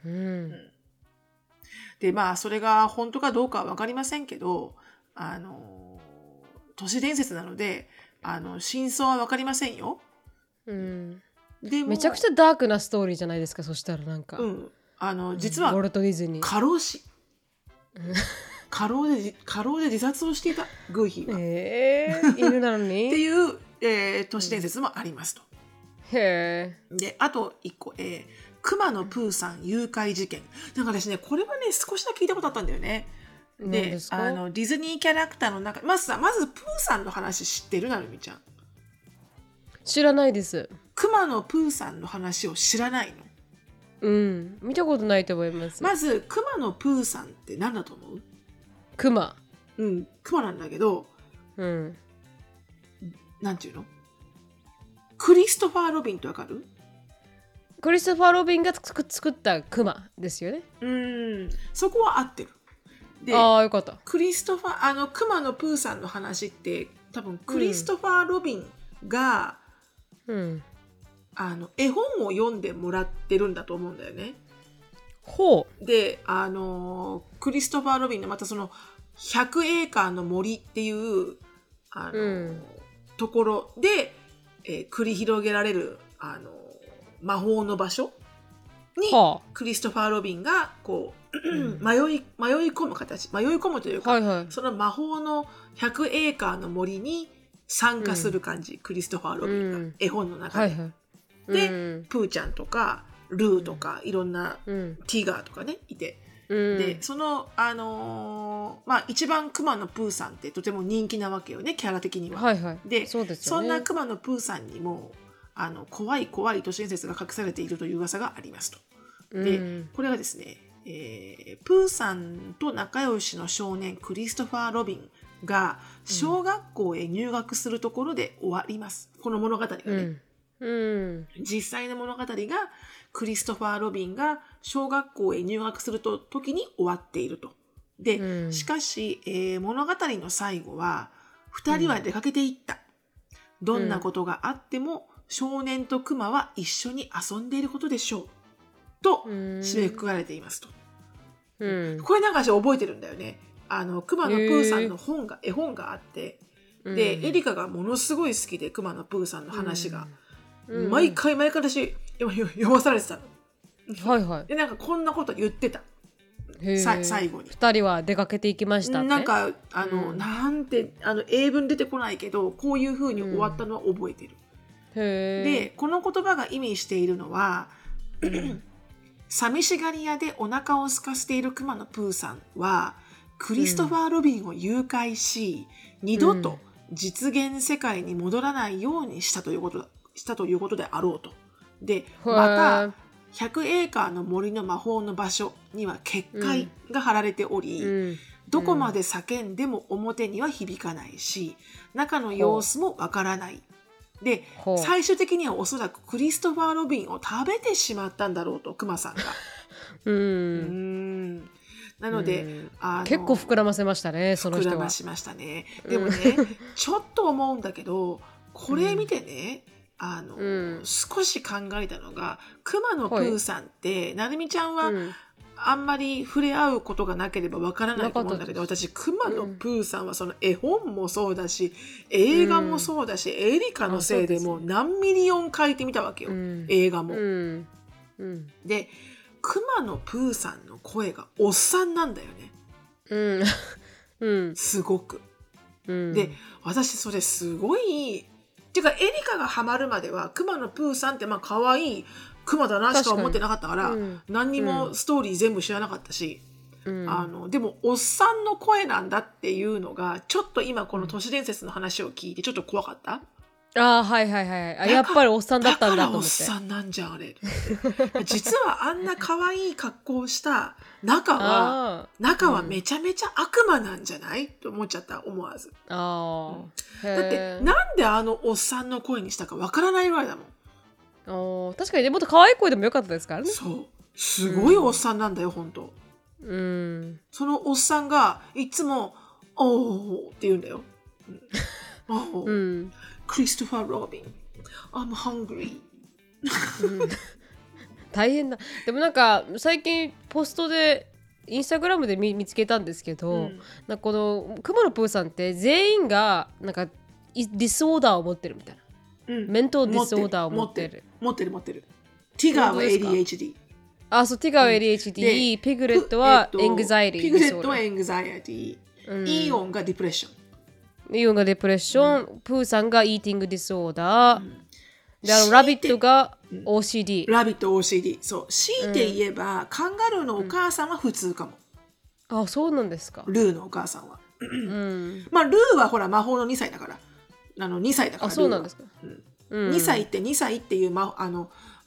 で、まあそれが本当かどうかは分かりませんけど、都市伝説なので真相は分かりませんよ。 でもめちゃくちゃダークなストーリーじゃないですか。そしたらなんか、 実はウォルト・ディズニー過労死過労で自殺をしていたグーヒーは、 犬なのにっていう、都市伝説もありますと。 であと1個、クマのプーさん誘拐事件。なんかですね、これはね少しだけ聞いたことあったんだよね。で、ディズニーキャラクターの中、まずプーさんの話知ってる？なるみちゃん。 知らないです。 クマのプーさんの話を知らないの？見たことないと思います。 まずクマのプーさんって何だと思う？ クマ。 クマなんだけど、なんていうの？クリストファー・ロビンってわかる？ クリストファー・ロビンが作ったクマですよね。 そこは合ってる。で、 よかった。 クリストファー、クマのプーさんの話って多分クリストファー・ロビンが、絵本を読んでもらってるんだと思うんだよね。で、クリストファー・ロビンのまたその100エーカーの森っていうところで、繰り広げられる魔法の場所に、クリストファー・ロビンがこう迷い込むというか、その魔法の100エーカーの森に参加する感じ、クリストファー・ロビンが絵本の中で、で、プーちゃんとかルーとかいろんなティガーとかねいて、でその一番クマのプーさんってとても人気なわけよね、キャラ的には。で、そんなクマのプーさんにも怖い都市伝説が隠されているという噂がありますと。で、これがですね、プーさんと仲良しの少年クリストファー・ロビンが小学校へ入学するところで終わります、この物語がね。実際の物語がクリストファー・ロビンが小学校へ入学する時に終わっていると。で、しかし、物語の最後は2人は出かけていった、どんなことがあっても少年とクマは一緒に遊んでいることでしょうと締めくくられていますと。これなんか私覚えてるんだよね。クマのプーさんの絵本があって、でエリカがものすごい好きでクマのプーさんの話が、毎回私読まされてたの。でなんかこんなこと言ってた。最後に 2人は出かけていきましたって。 なんかなんて英文出てこないけどこういう風に終わったのは覚えてる。でこの言葉が意味しているのは、寂しがり屋でお腹を空かせているクマのプーさんはクリストファー・ロビンを誘拐し、二度と実現世界に戻らないようにしたということであろうと。でまた100エーカーの森の魔法の場所には結界が張られており、どこまで叫んでも表には響かないし、中の様子もわからない。で、最終的にはおそらくクリストファー・ロビンを食べてしまったんだろうと、クマさんが。なので、 結構膨らませましたね、その人は。 膨らましましたね。でもね、ちょっと思うんだけど、これ見てね、少し考えたのが、クマのプーさんって、なるみちゃんは、 あんまり触れ合うことがなければわからないと思うんだけど、私くまのプーさんはその絵本もそうだし、映画もそうだし、エリカのせいでもう何ミリオン回転見たわけよ、映画も、でくまのプーさんの声がおっさんなんだよね、すごく、で私それすごいっていうか、エリカがハマるまではくまのプーさんってまあ可愛いクマだなしか思ってなかったから、何にもストーリー全部知らなかったし、でもおっさんの声なんだっていうのがちょっと今この都市伝説の話を聞いてちょっと怖かった。 はい。やっぱりおっさんだったんだと思って。 だからおっさんなんじゃんあれ実はあんな可愛い格好をした中はめちゃめちゃ悪魔なんじゃないと思っちゃった、思わず。だってなんであのおっさんの声にしたかわからないぐらいだもん。 確かにね、もっと可愛い声でもよかったですからね。 そうすごいおっさんなんだよ、本当。そのおっさんがいつも「おー」って言うんだよ。クリストファー・ロビン I'm hungry 大変だ。でもなんか最近ポストでインスタグラムで 見つけたんですけど、なんかこのくまのプーさんって全員がなんかディスオーダーを持ってるみたいな、メンタルディスオーダーを持ってる。 ティガーは ADHD。 そう、ティガーは ADHD、ピグレットはエングザイティ。 ピグレットはエングザイティ、イオンがディプレッション、プーさんがイーティングディスオーダー、でラビットが OCD。 ラビット OCD。 そう、強いて言えば、カンガルーのお母さんは普通かも。 そうなんですか。 ルーのお母さんはまあルーはほら魔法の2歳だから、2歳だから。 そうなんですか。 2歳っていう魔の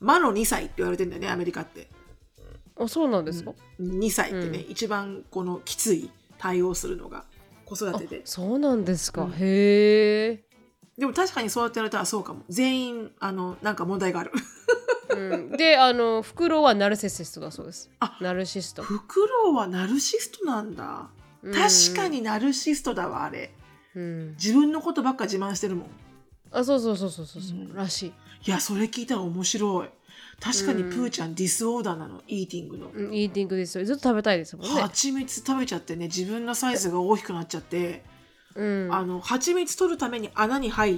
2歳って言われてるんだよね、アメリカって。 そうなんですか。 2歳ってね、一番このきつい対応するのが子育てで。 そうなんですか。へえ。 でも確かにそうやって言われたらそうかも。全員なんか問題があるでフクロウはナルシストだそうです。ナルシスト。 フクロウはナルシストなんだ。確かにナルシストだわあれ、自分のことばっか自慢してるもん。 そうらしい。 いや、それ聞いたら面白い。確かにプーちゃんディスオーダーなの、イーティングの。 イーティングですよ。ずっと食べたいですもんね。 蜂蜜食べちゃってね、自分のサイズが大きくなっちゃって、蜂蜜取るために穴に入って、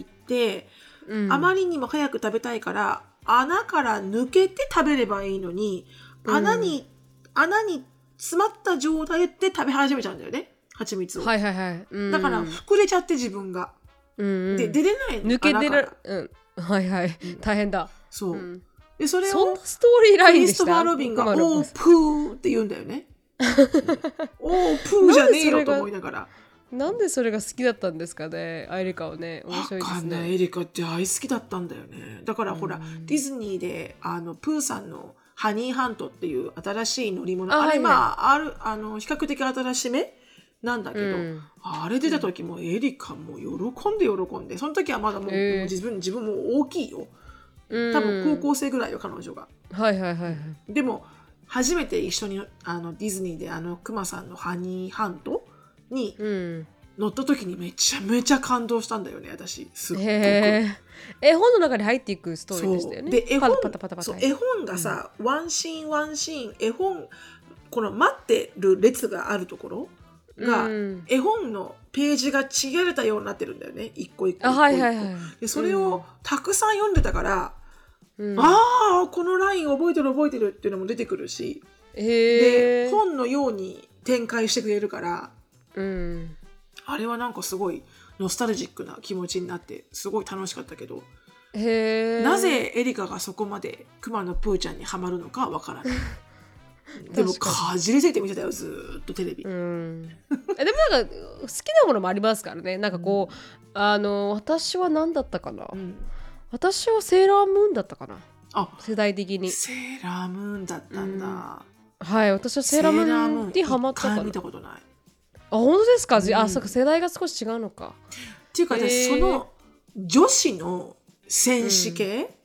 あまりにも早く食べたいから穴から抜けて食べればいいのに、穴に詰まった状態で食べ始めちゃうんだよね、蜂蜜を。だから膨れちゃって自分が。で出れないの、 抜け出る。大変だ。 そう。でそれをそんなストーリーラインでした。 クリストファー・ロビンが「オープー」って言うんだよね。オープーじゃねえよと思いながら。 なんでそれが好きだったんですかね、エリカはね。面白いですね。 エリカって大好きだったんだよね。だからほら、ディズニーでプーさんのハニーハントっていう新しい乗り物、あれ比較的新しめなんだけど、あれ出た時もエリカも喜んで、その時はまだもう、自分も大きいよ。多分高校生ぐらいよ、彼女が。でも初めて一緒にディズニーでクマさんのハニーハントに乗った時にめちゃめちゃ感動したんだよね、私。すっごく絵本の中に入っていくストーリーでしたよね。 で絵本がさ、ワンシーン絵本、この待ってる列があるところが、絵本のページがちぎられたようになってるんだよね、一個一個。でそれをたくさん読んでたから、このライン覚えてるっていうのも出てくるし、で本のように展開してくれるから、あれはなんかすごいノスタルジックな気持ちになってすごい楽しかったけど、なぜエリカがそこまでクマのプーちゃんにはまるのかわからない。でもかじりついて見てたよ、ずっとテレビ。でもなんか好きなものもありますからね。なんかこう、私は何だったかな、私はセーラームーンだったかな、世代的に。 セーラームーンだったんだ。 私はセーラームーンにハマったかな。 一回見たことない。 本当ですか。そうか、世代が少し違うのか。 っていうか、私その女子の戦士系、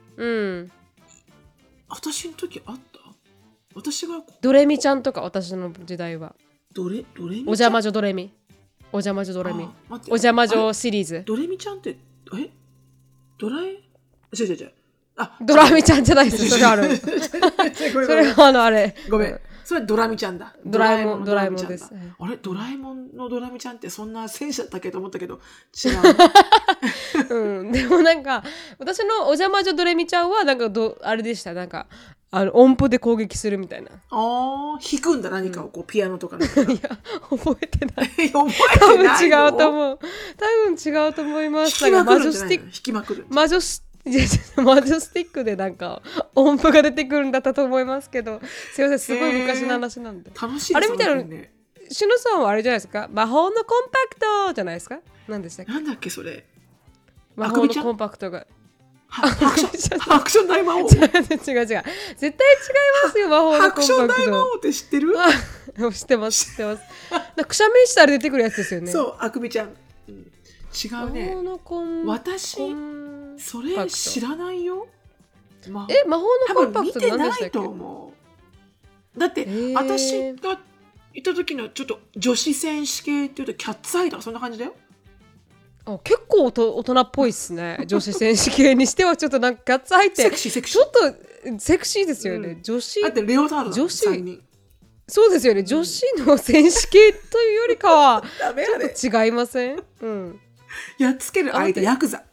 私の時あった。私がドレミちゃんとか、私の時代はドレミお邪魔女ドレミ、お邪魔女ドレミ、お邪魔女シリーズ。 ドレミちゃんってドラえドラミちゃんじゃないです。それある。それはあれ。 ごめん。 それドラミちゃんだ。 ドラえもんです。 あれドラえもんのドラミちゃんってそんな戦士だったっけと思ったけど違う。うん、でもなんか私のお邪魔女ドレミちゃんはなんかあれでした。なんか音符で攻撃するみたいな。 弾くんだ何かをこうピアノとか。いや覚えてない。 覚えてないの。 多分違うと思う。多分違うと思います。 弾きまくる。 魔女スティックでなんか音符が出てくるんだったと思いますけど、すいません、すごい昔の話なんで。 楽しいですね。 あれみたいなの、しのさんはあれじゃないですか、魔法のコンパクトじゃないですか。何でしたっけ。 なんだっけそれ。 魔法のコンパクトが。 ハクション大魔王。違う。 絶対違いますよ、魔法のコンパクト。 ハクション大魔王って知ってる？ 知ってます。くしゃみしたら出てくるやつですよね。 そう、あくびちゃん。違うね。私それ知らないよ。 魔法のコンパクトって何でしたっけ？ 多分見てないと思う。だって私がいた時のちょっと女子選手系っていうとキャッツアイとかそんな感じだよ。 結構大人っぽいっすね。女子選手系にしてはちょっとなんかキャッツアイってセクシーちょっとセクシーですよね。女子だってレオタード女子そうですよね。女子の選手系というよりかはちょっと違いません？ やっつける相手ヤクザ。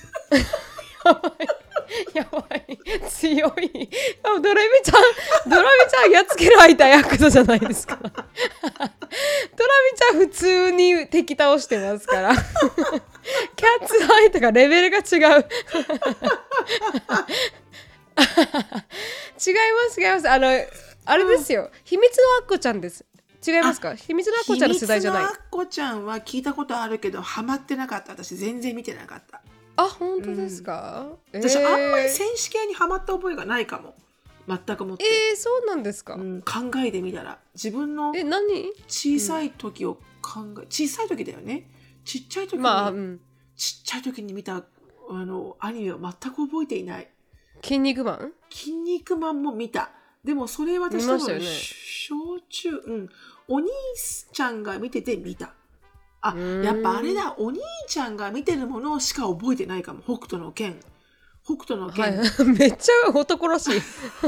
やばい強い。ドラミちゃんやっつける相手はヤクザじゃないですか。ドラミちゃん普通に敵倒してますから。キャッツ相手がレベルが違う。違いますあれですよ、秘密のアッコちゃんです。違いますか？秘密のアッコちゃんの世代じゃない。 秘密のアッコちゃんは聞いたことあるけどハマってなかった。私全然見てなかった。 本当ですか？ 私あんまり選手系にハマった覚えがないかも。全くもって。 そうなんですか？ 考えてみたら自分の小さい時を小さい時だよね。ちっちゃい時に見たアニメを全く覚えていない。 筋肉マンも見た。でもそれは私多分小中、お兄ちゃんが見てて見た。やっぱあれだ、お兄ちゃんが見てるものしか覚えてないかも。北斗の拳、 めっちゃ男らしい。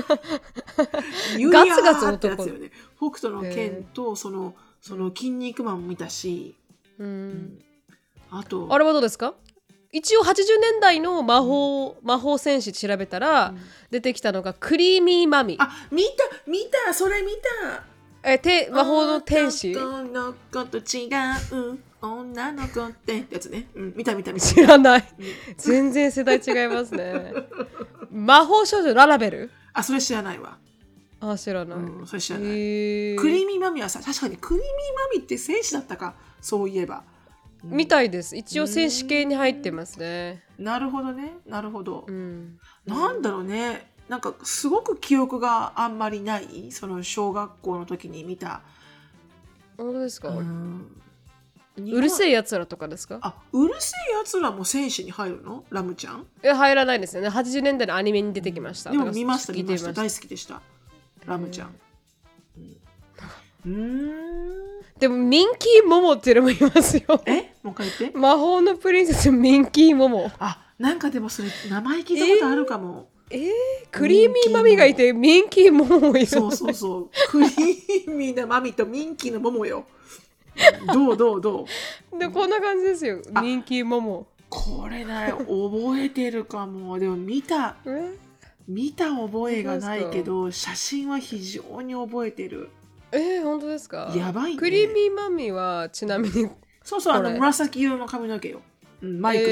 ガツガツ男やつよね。北斗の拳とその筋肉マンも見たし、あとあれはどうですか？一応80年代の魔法戦士調べたら、出てきたのがクリーミーマミ。 見たそれ見た。 魔法の天使。 男の子と違う女の子ってやつね。見た。 知らない。全然世代違いますね。魔法少女ララベル。 それ知らないわ。 知らない。 それ知らない。クリーミーマミはさ、確かにクリーミーマミって戦士だったか、そういえば。 みたいです。一応戦士系に入ってますね。 なるほどね。なんだろうね。なんかすごく記憶があんまりない。その小学校の時に見た。 本当ですか？うるせえやつらとかですか？ うるせえやつらも戦士に入るの？ラムちゃん？ 入らないですよね。80年代のアニメに出てきました。 でも見ました。大好きでした。ラムちゃん。 でもミンキーモモっていうのもいますよ。 もう一回言って。 魔法のプリンセスミンキーモモ。 なんかでもそれ名前聞いたことあるかも。 クリーミーマミがいてミンキーモモもいる。 そうクリーミーなマミとミンキーなモモよ。どうでこんな感じですよ。ミンキーモモ。 これだよ、覚えてるかも。でも見た覚えがないけど写真は非常に覚えてる。 本当ですか？ やばいね。 クリーミーマミはちなみに紫色の髪の毛よ。マイク持って、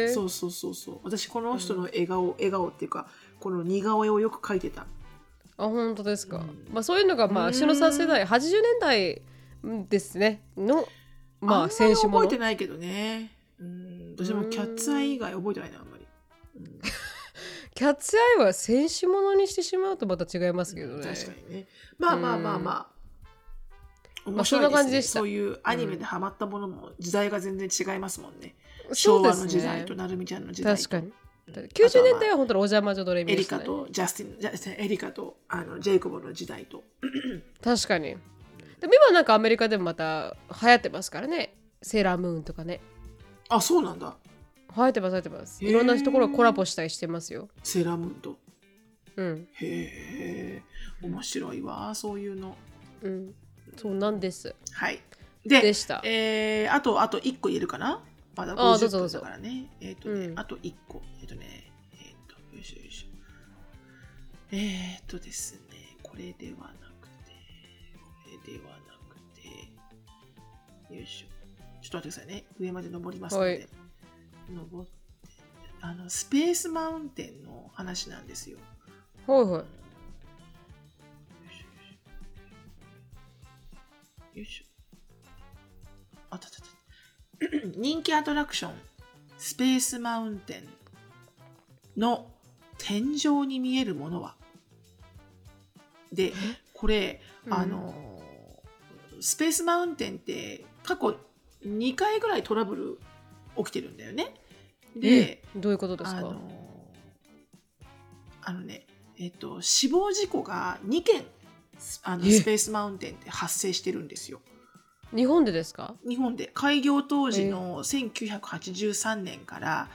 そう私この人の笑顔っていうかこの似顔絵をよく描いてた。 本当ですか？そういうのが篠沢世代80年代ですねの選手も覚えてないけどね。私もキャッツアイ以外覚えてないなあんまり。 キャッツアイは選手ものにしてしまうとまた違いますけどね。 確かにね。面白いですね。そんな感じでした。そういうアニメでハマったものも時代が全然違いますもんね。昭和の時代となるみちゃんの時代と。確かに。 90年代は本当にお邪魔女ドレミでしたね。 エリカとジェイコブの時代と。 確かに。でも今なんかアメリカでもまた流行ってますからね。セーラームーンとかね。 そうなんだ。 流行ってます。いろんなところがコラボしたりしてますよ。 セーラームーンと。 へえ。 面白いわそういうの。 そうなんです。 はい。 でした。 あと1個言えるかな。まだ50分だからね。あと1個。よいしょよいしょ。ですね、これではなくて、よいしょ。ちょっと待ってくださいね。上まで登りますので。はい、登って、スペースマウンテンの話なんですよ。 はいはい。 よいしょ。人気アトラクション、スペースマウンテンの天井に見えるものは。で、これ、スペースマウンテンって過去2回ぐらいトラブル起きてるんだよね。で、 どういうことですか？ 死亡事故が2件スペースマウンテンって発生してるんですよ。 日本でですか？ 日本で開業当時の1983年から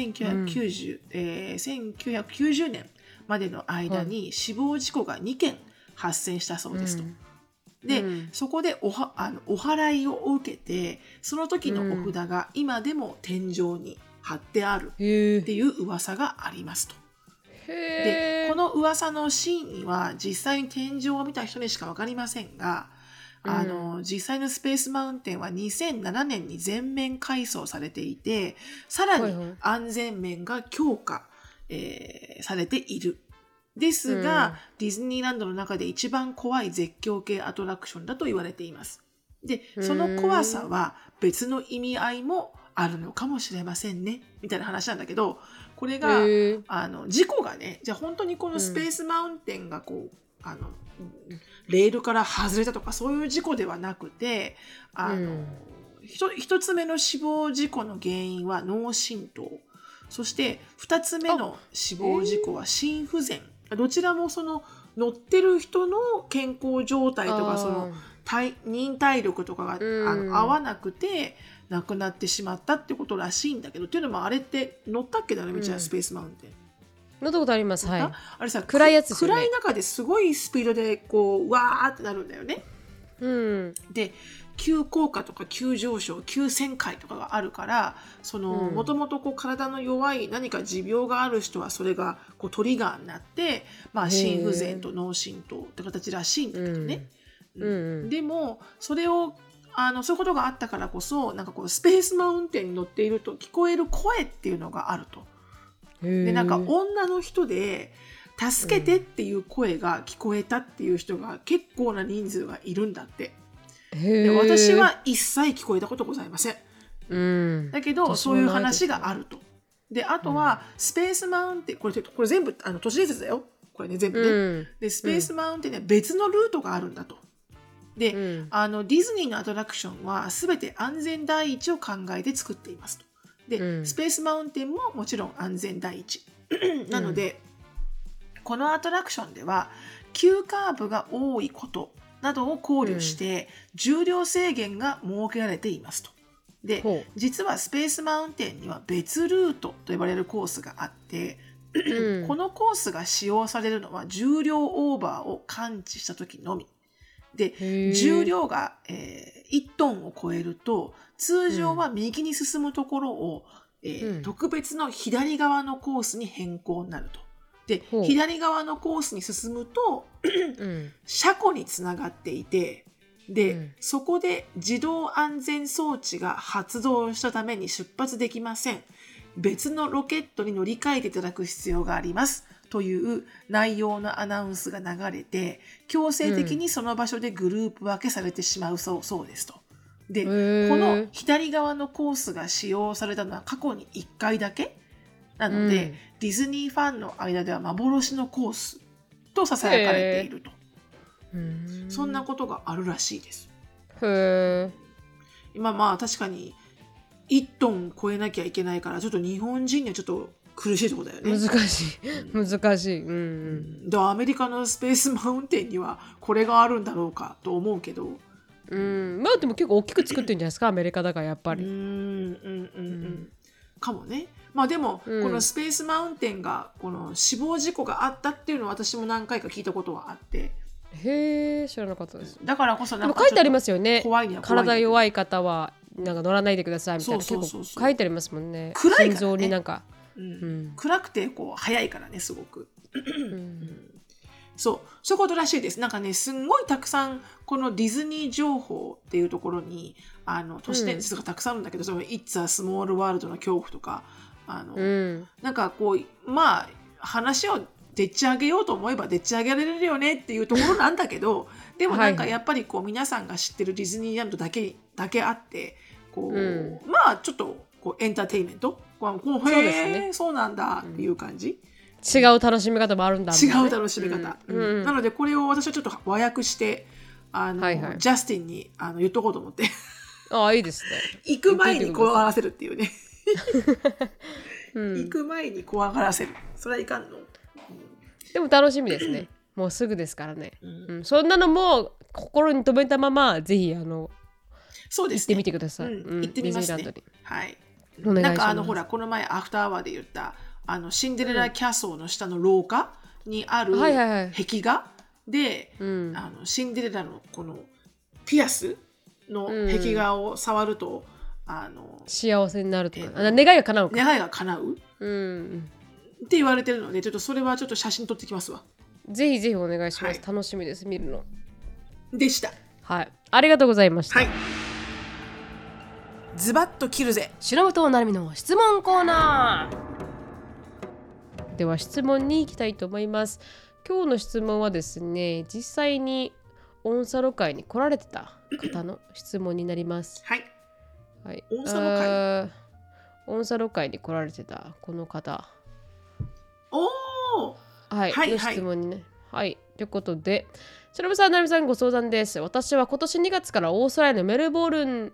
1990年までの間に死亡事故が2件発生したそうですと。で、そこでお祓いを受けて、その時のお札が今でも天井に貼ってあるっていう噂がありますと。で、この噂の真意は実際に天井を見た人にしか分かりませんが、実際のスペースマウンテンは2007年に全面改装されていて、さらに安全面が強化、されている。ですが、ディズニーランドの中で一番怖い絶叫系アトラクションだと言われています。で、その怖さは別の意味合いもあるのかもしれませんね、みたいな話なんだけど、これが事故がね、じゃあ本当にこのスペースマウンテンがこう、レールから外れたとかそういう事故ではなくて、一つ目の死亡事故の原因は脳震盪、そして二つ目の死亡事故は心不全。どちらもその乗ってる人の健康状態とかその忍耐力とかが合わなくて亡くなってしまったってことらしいんだけど、っていうのもあれって乗ったっけだね、みちゃん、スペースマウンテン。 乗ったことあります。はい。 あれさ、 暗いやつですよね。 暗い中ですごいスピードでこうわーってなるんだよね。で、急降下とか急上昇、急旋回とかがあるから、そのもともとこう体の弱い何か持病がある人はそれがこうトリガーになって、心不全と脳震盪って形らしいんだけどね。でもそれをそういうことがあったからこそ、なんかこうスペースマウンテンに乗っていると聞こえる声っていうのがあると。で、なんか女の人で助けてっていう声が聞こえたっていう人が結構な人数がいるんだって。で、私は一切聞こえたことございません。だけどそういう話があると。で、あとはスペースマウンテン、これ全部都市伝説だよ。これね全部ね。で、スペースマウンテンには別のルートがあるんだと。で、ディズニーのアトラクションは全て安全第一を考えて作っていますと。で、スペースマウンテンももちろん安全第一なので、このアトラクションでは急カーブが多いことなどを考慮して重量制限が設けられていますと。で、実はスペースマウンテンには別ルートと呼ばれるコースがあって、このコースが使用されるのは重量オーバーを感知した時のみで、重量が、1トンを超えると通常は右に進むところを、特別の左側のコースに変更になると。で、左側のコースに進むと車庫につながっていて、で、そこで自動安全装置が発動したために出発できません。別のロケットに乗り換えていただく必要がありますという内容のアナウンスが流れて、強制的にその場所でグループ分けされてしまうそうですと。で、この左側のコースが使用されたのは過去に1回だけなので、ディズニーファンの間では幻のコースとささやかれていると。そんなことがあるらしいです。今確かに1トン超えなきゃいけないから、ちょっと日本人にはちょっと苦しいところだよね。 難しい。 だからアメリカのスペースマウンテンにはこれがあるんだろうかと思うけど、 でも結構大きく作ってるんじゃないですか、アメリカだからやっぱり。 かもね。 まあでも、このスペースマウンテンがこの死亡事故があったっていうのは私も何回か聞いたことはあって、 へえ、知らなかったです。 だからこそなんか書いてありますよね。 怖いね、 体弱い方はなんか乗らないでくださいみたいな、結構書いてありますもんね。 暗いからね、 心臓になんか、 暗くてこう早いからね、すごく。そういうことらしいです。なんかね、すんごいたくさんこのディズニー情報っていうところに都市伝説がたくさんあるんだけど、その It's a Small World の恐怖とかなんかこうまあ話をでっち上げようと思えばでっち上げられるよねっていうところなんだけどでもなんかやっぱりこう皆さんが知ってるディズニーランドだけあってこう、まあちょっとこうエンターテインメントそうですね、 そうなんだっていう感じ、 違う楽しみ方もあるんだ、ね、 違う楽しみ方、なのでこれを私はちょっと和訳してジャスティンに言っとこうと思ってああ、いいですね。 行く前に怖がらせるっていうね行く前に怖がらせる、それはいかんの、 でも楽しみですねもうすぐですからね、そんなのも心に留めたままぜひそうですね、 行ってみてください、 行ってみますね、はい、 お願いします。 なんかほらこの前アフターアワーで言ったシンデレラキャソーの下の廊下にある壁画で、シンデレラのこのピアスの壁画を触ると、 幸せになるとか、願いが叶うか、 願いが叶う、って言われてるので、ちょっとそれはちょっと写真撮ってきますわ。 ぜひぜひお願いします、楽しみです、見るのでした。 はい、ありがとうございました。はい、 ズバッと切るぜ、 白本なるみの質問コーナー。では質問に行きたいと思います。今日の質問はですね、実際にオンサロ会に来られてた方の質問になります。 はい、 はい、 オンサロ会、 オンサロ会に来られてたこの方、 はい、 の質問にね、はいということで、白本さん、なるみさん、ご相談です。私は今年2月からオーストラリアのメルボルン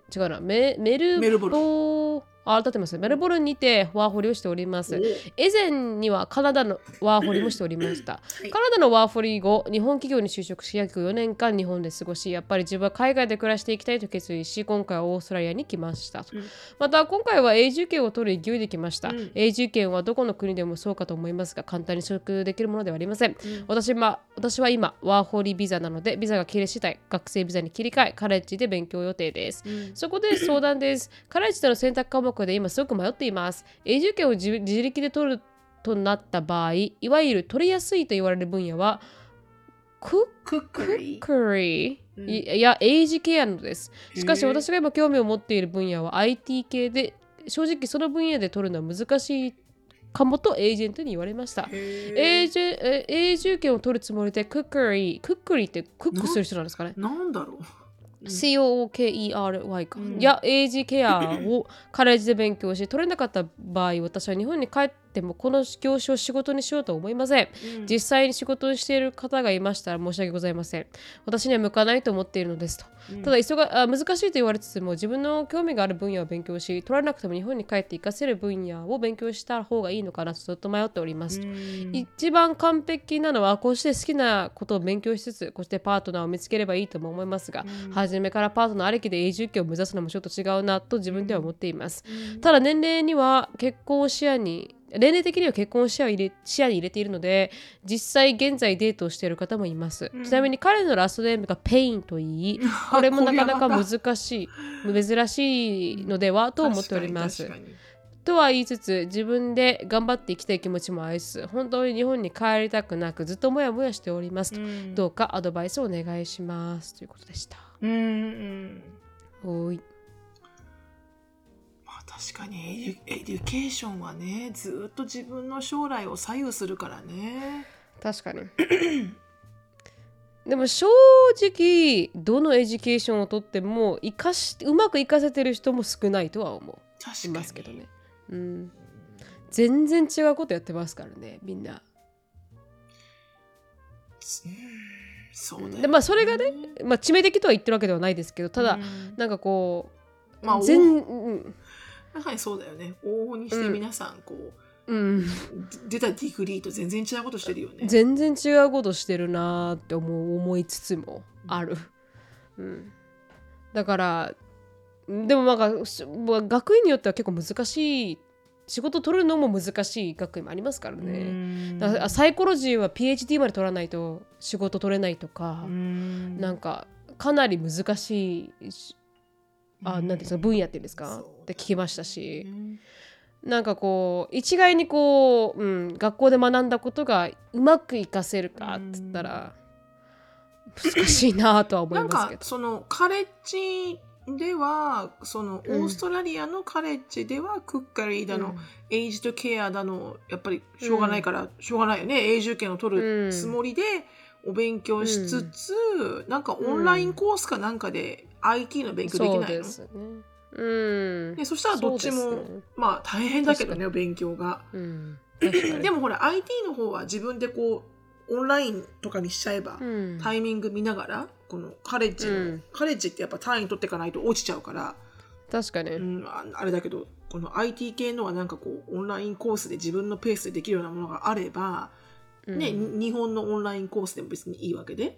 当たってますね。メルボルンにてワーホリをしております。以前にはカナダのワーホリもしておりました。カナダのワーホリ後、日本企業に就職し、約4年間日本で過ごし、やっぱり自分は海外で暮らしていきたいと決意し、今回はオーストラリアに来ました。また今回は永住権を取る勢いで来ました。永住権はどこの国でもそうかと思いますが、簡単に取得できるものではありません。私は今ワーホリビザなので、ビザが切れ次第学生ビザに切り替え、カレッジで勉強予定です。そこで相談です。カレッジでの選択科目で今すごく迷っています。永住権を自力で取るとなった場合、いわゆる取りやすいと言われる分野はクックリーやエイジケアなのです。しかし私が今興味を持っている分野は IT 系で、正直その分野で取るのは難しいかもとエージェントに言われました。永住権を取るつもりでクックリーってクックする人なんですかね。 なんだろう、 COOKERY か、やエイジケアをカレッジで勉強し、取れなかった場合、私は日本に帰ってもこの業種を仕事にしようとは思いません。実際に仕事をしている方がいましたら申し訳ございません。私には向かないと思っているのですと。ただ難しいと言われつつも、自分の興味がある分野を勉強し、取らなくても日本に帰って活かせる分野を勉強した方がいいのかなとずっと迷っております。一番完璧なのはこうして好きなことを勉強しつつ、こうしてパートナーを見つければいいとも思いますが、初めからパートナーありきで永住権を目指すのもちょっと違うなと自分では思っています。ただ年齢的には結婚を視野に入れているので、実際現在デートをしている方もいます。ちなみに彼のラストネームがペインといい、これもなかなか難しい珍しいのではと思っております。とは言いつつ、自分で頑張っていきたい気持ちもありつつ、本当に日本に帰りたくなくずっともやもやしております。どうかアドバイスをお願いしますということでした。おい、 確かにエデュケーションはね、ずっと自分の将来を左右するからね。 確かにでも正直どのエデュケーションをとってもうまく活かせてる人も少ないとは思いますけどね。全然違うことやってますからね、みんな。 そうね。 でそれがね、致命的とは言ってるわけではないですけど、ただなんかこう、 やはりそうだよね。往々にして皆さんこう、出たディグリーと全然違うことしてるよね。 全然違うことしてるなって思いつつもある。だからでも学院によっては結構難しい仕事取るのも難しい学位もありますからね。だからサイコロジーは PhD まで取らないと仕事取れないとか、なんかかなり難しいなんていうんですか、分野っていうんですかって聞きましたし、なんかこう一概にこう、学校で学んだことがうまく活かせるかって言ったら難しいなとは思いますけど。 なんかそのカレッジではそのオーストラリアのカレッジではクッカリーだの、エイジドケアだのやっぱりしょうがないから、しょうがないよね、永住権を取るつもりでお勉強しつつ、なんかオンラインコースかなんかで IT の勉強できないの？ そうですね。 でそしたらどっちも、まあ大変だけどね、勉強が。でもほら IT の方は自分でこうオンラインとかにしちゃえば、タイミング見ながらこのカレッジってやっぱ単位取っていかないと落ちちゃうから、 確かに、 あれだけどこの IT 系のはなんかこうオンラインコースで自分のペースでできるようなものがあれば、日本のオンラインコースでも別にいいわけで、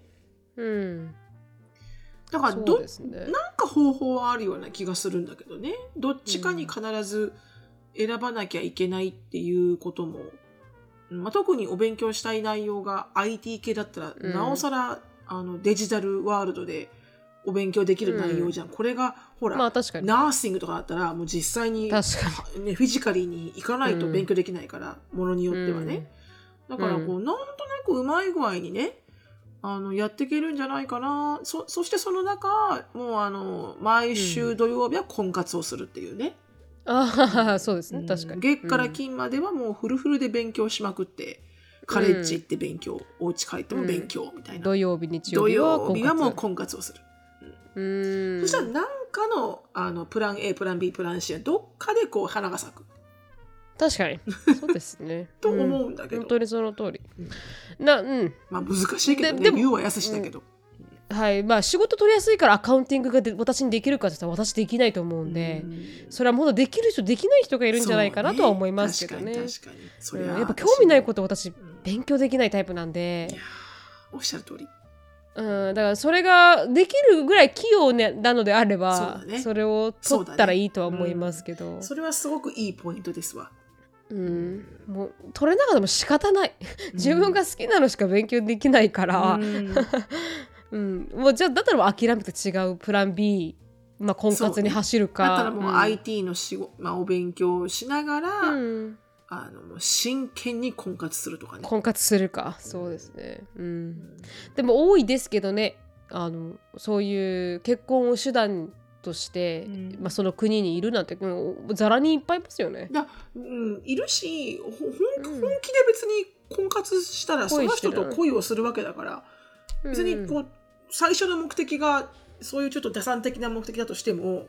だからなんか方法はあるような気がするんだけどね。どっちかに必ず選ばなきゃいけないっていうことも、特にお勉強したい内容が IT 系だったら、なおさらデジタルワールドでお勉強できる内容じゃん。これがほら、ナーシングとかだったらもう実際に、フィジカリーに行かないと勉強できないから、ものによってはね。だからこう、なんとなくうまい具合にね、やっていけるんじゃないかな。そしてその中、もう毎週土曜日は婚活をするっていうね。 そうですね、確かに。 月から金まではもうフルフルで勉強しままくって、カレッジ行って勉強、お家帰っても勉強みたいな。 土曜日、日曜日はもう婚活をする。そしたら何かのプラン A、プラン B、プラン C はどっかでこう花が咲く。 確かにそうですねと思うんだけど、 本当にその通り、 まあ難しいけどね、言うは易しだけど、 はい、まあ仕事取りやすいからアカウンティングが私にできるかって言ったら私できないと思うんで、それはもっとできる人できない人がいるんじゃないかなとは思いますけどね。 確かにそれはやっぱ興味ないこと私勉強できないタイプなんで、 いやおっしゃる通り、 だからそれができるぐらい器用、なのであれば それを取ったらいいとは思いますけど、 それはすごくいいポイントですわ。 もう取れなかったらも仕方ない自分が好きなのしか勉強できないから、もうじゃあだったらもう諦めて違うプラン B、婚活に走るか、 だったらもう IT のお勉強をしながら、もう真剣に婚活するとかね。 婚活するか、そうですね。でも多いですけどね、そういう結婚を手段として、その国にいるなんてざらにいっぱいいますよね。 いるし、本気で別に婚活したらその人と恋をするわけだから、別にこう最初の目的がそういうちょっと打算的な目的だとしても、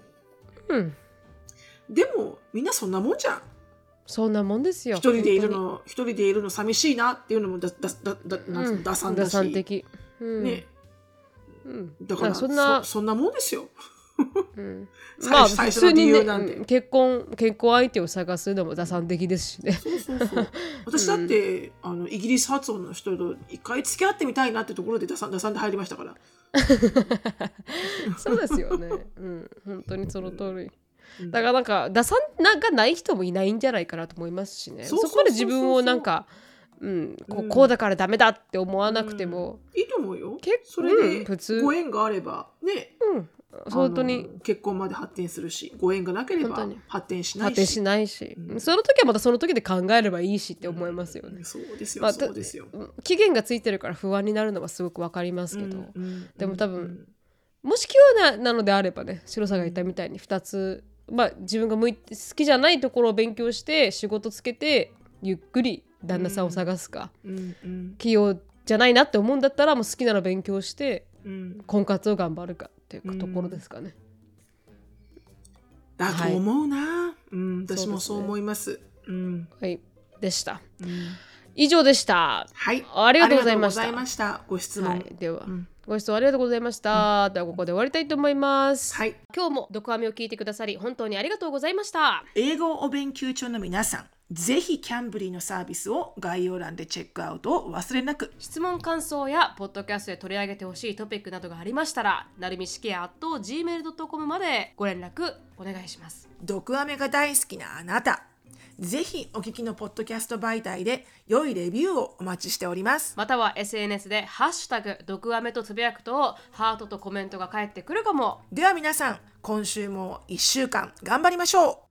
でもみんなそんなもんじゃん。 そんなもんですよ。 一人でいるの寂しいなっていうのも打算だし、 打算的、 ね、だからそんなもんですよ。 最初の理由なんて、結婚相手を探すのも打算的ですしね。 そう私だって、イギリス発音の人と一回付き合ってみたいなってところで打算で入りましたから。 そうですよね、本当にその通り。だからなんか打算がない人もいないんじゃないかなと思いますしね。そこまで自分をなんかこうだからダメだって思わなくても、 いいと思うよ。それでご縁があればね、本当に結婚まで発展するし、ご縁がなければ発展しないし、 その時はまたその時で考えればいいしって思いますよね。 そうですよ、そうですよ。 期限がついてるから不安になるのはすごくわかりますけど、でも多分もし器用なのであればね、白さんが言ったみたいに2つ、自分が好きじゃないところを勉強して仕事つけてゆっくり旦那さんを探すか、器用じゃないなって思うんだったらもう好きなの勉強して、婚活を頑張るかっていうところですかね。 だと思うな、私もそう思います。 はいでした、以上でした。 はい、 ありがとうございました。 ご質問、 では、ご質問ありがとうございました。ではここで終わりたいと思います。今日もドクアメを聞いてくださり本当にありがとうございました。 英語をお勉強中の皆さん、ぜひキャンブリーのサービスを概要欄でチェックアウトをお忘れなく。 質問感想やポッドキャストで取り上げてほしいトピックなどがありましたら、なるみしきや@gmail.com までご連絡お願いします。 ドクアメが大好きなあなた、 ぜひお聞きのポッドキャスト媒体で良いレビューをお待ちしております。 または SNS でハッシュタグ毒アメとつぶやくとハートとコメントが返ってくるかも。 では皆さん、今週も1週間頑張りましょう。